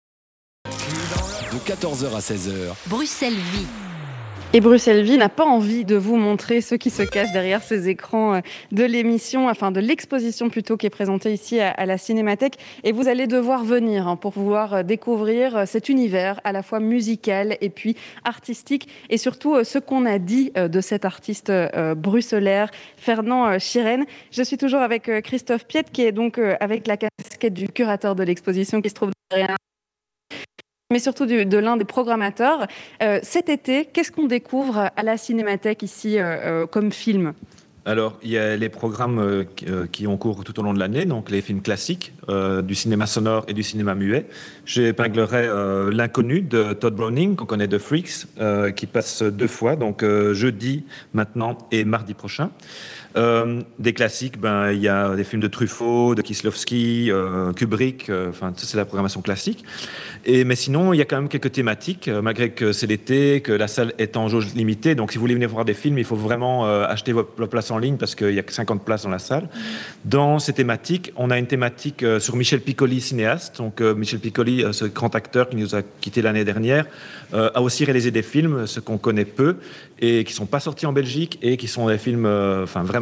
De quatorze heures à seize heures. Bruxelles vit. Et Bruxelles Vie n'a pas envie de vous montrer ce qui se cache derrière ces écrans de l'émission, enfin de l'exposition plutôt, qui est présentée ici à la Cinémathèque. Et vous allez devoir venir hein, pour pouvoir découvrir cet univers à la fois musical et puis artistique. Et surtout ce qu'on a dit de cet artiste euh, bruxellaire, Fernand Schirren. Je suis toujours avec Christophe Piette, qui est donc avec la casquette du curateur de l'exposition qui se trouve derrière, mais surtout du, de l'un des programmateurs. Euh, cet été, qu'est-ce qu'on découvre à la Cinémathèque ici euh, euh, comme film ? Alors, il y a les programmes euh, qui ont cours tout au long de l'année, donc les films classiques euh, du cinéma sonore et du cinéma muet. J'épinglerai euh, L'Inconnu de Todd Browning, qu'on connaît de Freaks, euh, qui passe deux fois, donc euh, jeudi maintenant et mardi prochain. Euh, des classiques, ben il y a des films de Truffaut, de Kieslowski, euh, Kubrick, enfin euh, ça c'est la programmation classique. Et mais sinon il y a quand même quelques thématiques, euh, malgré que c'est l'été, que la salle est en jauge limitée. Donc si vous voulez venir voir des films, il faut vraiment euh, acheter votre place en ligne parce qu'il y a que cinquante places dans la salle. Dans ces thématiques, on a une thématique euh, sur Michel Piccoli, cinéaste. Donc euh, Michel Piccoli, euh, ce grand acteur qui nous a quittés l'année dernière, euh, a aussi réalisé des films, ce qu'on connaît peu et qui sont pas sortis en Belgique et qui sont des films, euh, enfin vraiment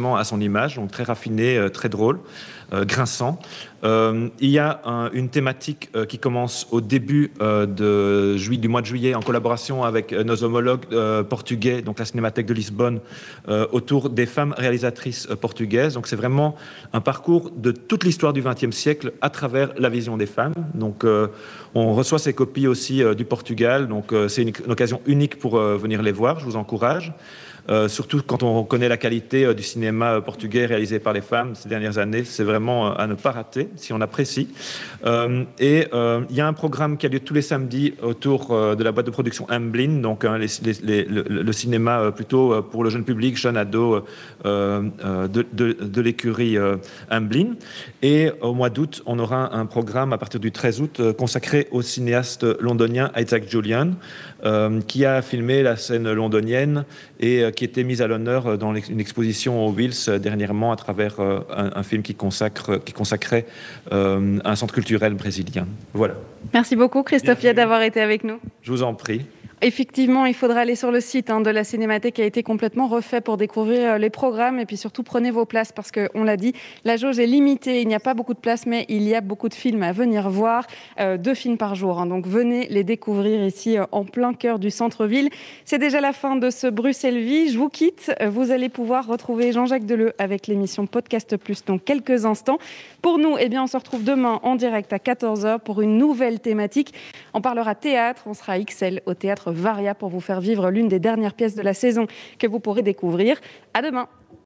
vraiment à son image, donc très raffiné, euh, très drôle, euh, grinçant. Euh, il y a un, une thématique euh, qui commence au début euh, de juillet, du mois de juillet en collaboration avec euh, nos homologues euh, portugais, donc la Cinémathèque de Lisbonne, euh, autour des femmes réalisatrices euh, portugaises. Donc c'est vraiment un parcours de toute l'histoire du vingtième siècle à travers la vision des femmes. Donc euh, on reçoit ces copies aussi euh, du Portugal, donc euh, c'est une, une occasion unique pour euh, venir les voir, je vous encourage. Euh, surtout quand on connaît la qualité euh, du cinéma euh, portugais réalisé par les femmes ces dernières années, c'est vraiment euh, à ne pas rater si on apprécie. Euh, et euh, il y a un programme qui a lieu tous les samedis autour euh, de la boîte de production Amblin, donc hein, les, les, les, le, le cinéma euh, plutôt euh, pour le jeune public, jeune ado euh, euh, de, de, de l'écurie euh, Amblin. Et au mois d'août, on aura un programme à partir du treize août euh, consacré au cinéaste londonien Isaac Julian, euh, qui a filmé la scène londonienne et euh, qui était mise à l'honneur dans une exposition au Wills dernièrement à travers un, un film qui, consacre, qui consacrait euh, un centre culturel brésilien. Voilà. Merci beaucoup Christophe Yad d'avoir été avec nous. Je vous en prie. Effectivement, il faudra aller sur le site hein, de la Cinémathèque qui a été complètement refait pour découvrir les programmes et puis surtout prenez vos places parce qu'on l'a dit, la jauge est limitée, il n'y a pas beaucoup de places mais il y a beaucoup de films à venir voir, euh, deux films par jour, hein, donc venez les découvrir ici euh, en plein cœur du centre-ville. C'est déjà la fin de ce Bruxelles Vie, je vous quitte, vous allez pouvoir retrouver Jean-Jacques Deleu avec l'émission Podcast Plus dans quelques instants. Pour nous, eh bien, on se retrouve demain en direct à quatorze heures pour une nouvelle thématique. On parlera théâtre, on sera à X L au théâtre Varia pour vous faire vivre l'une des dernières pièces de la saison que vous pourrez découvrir. À demain.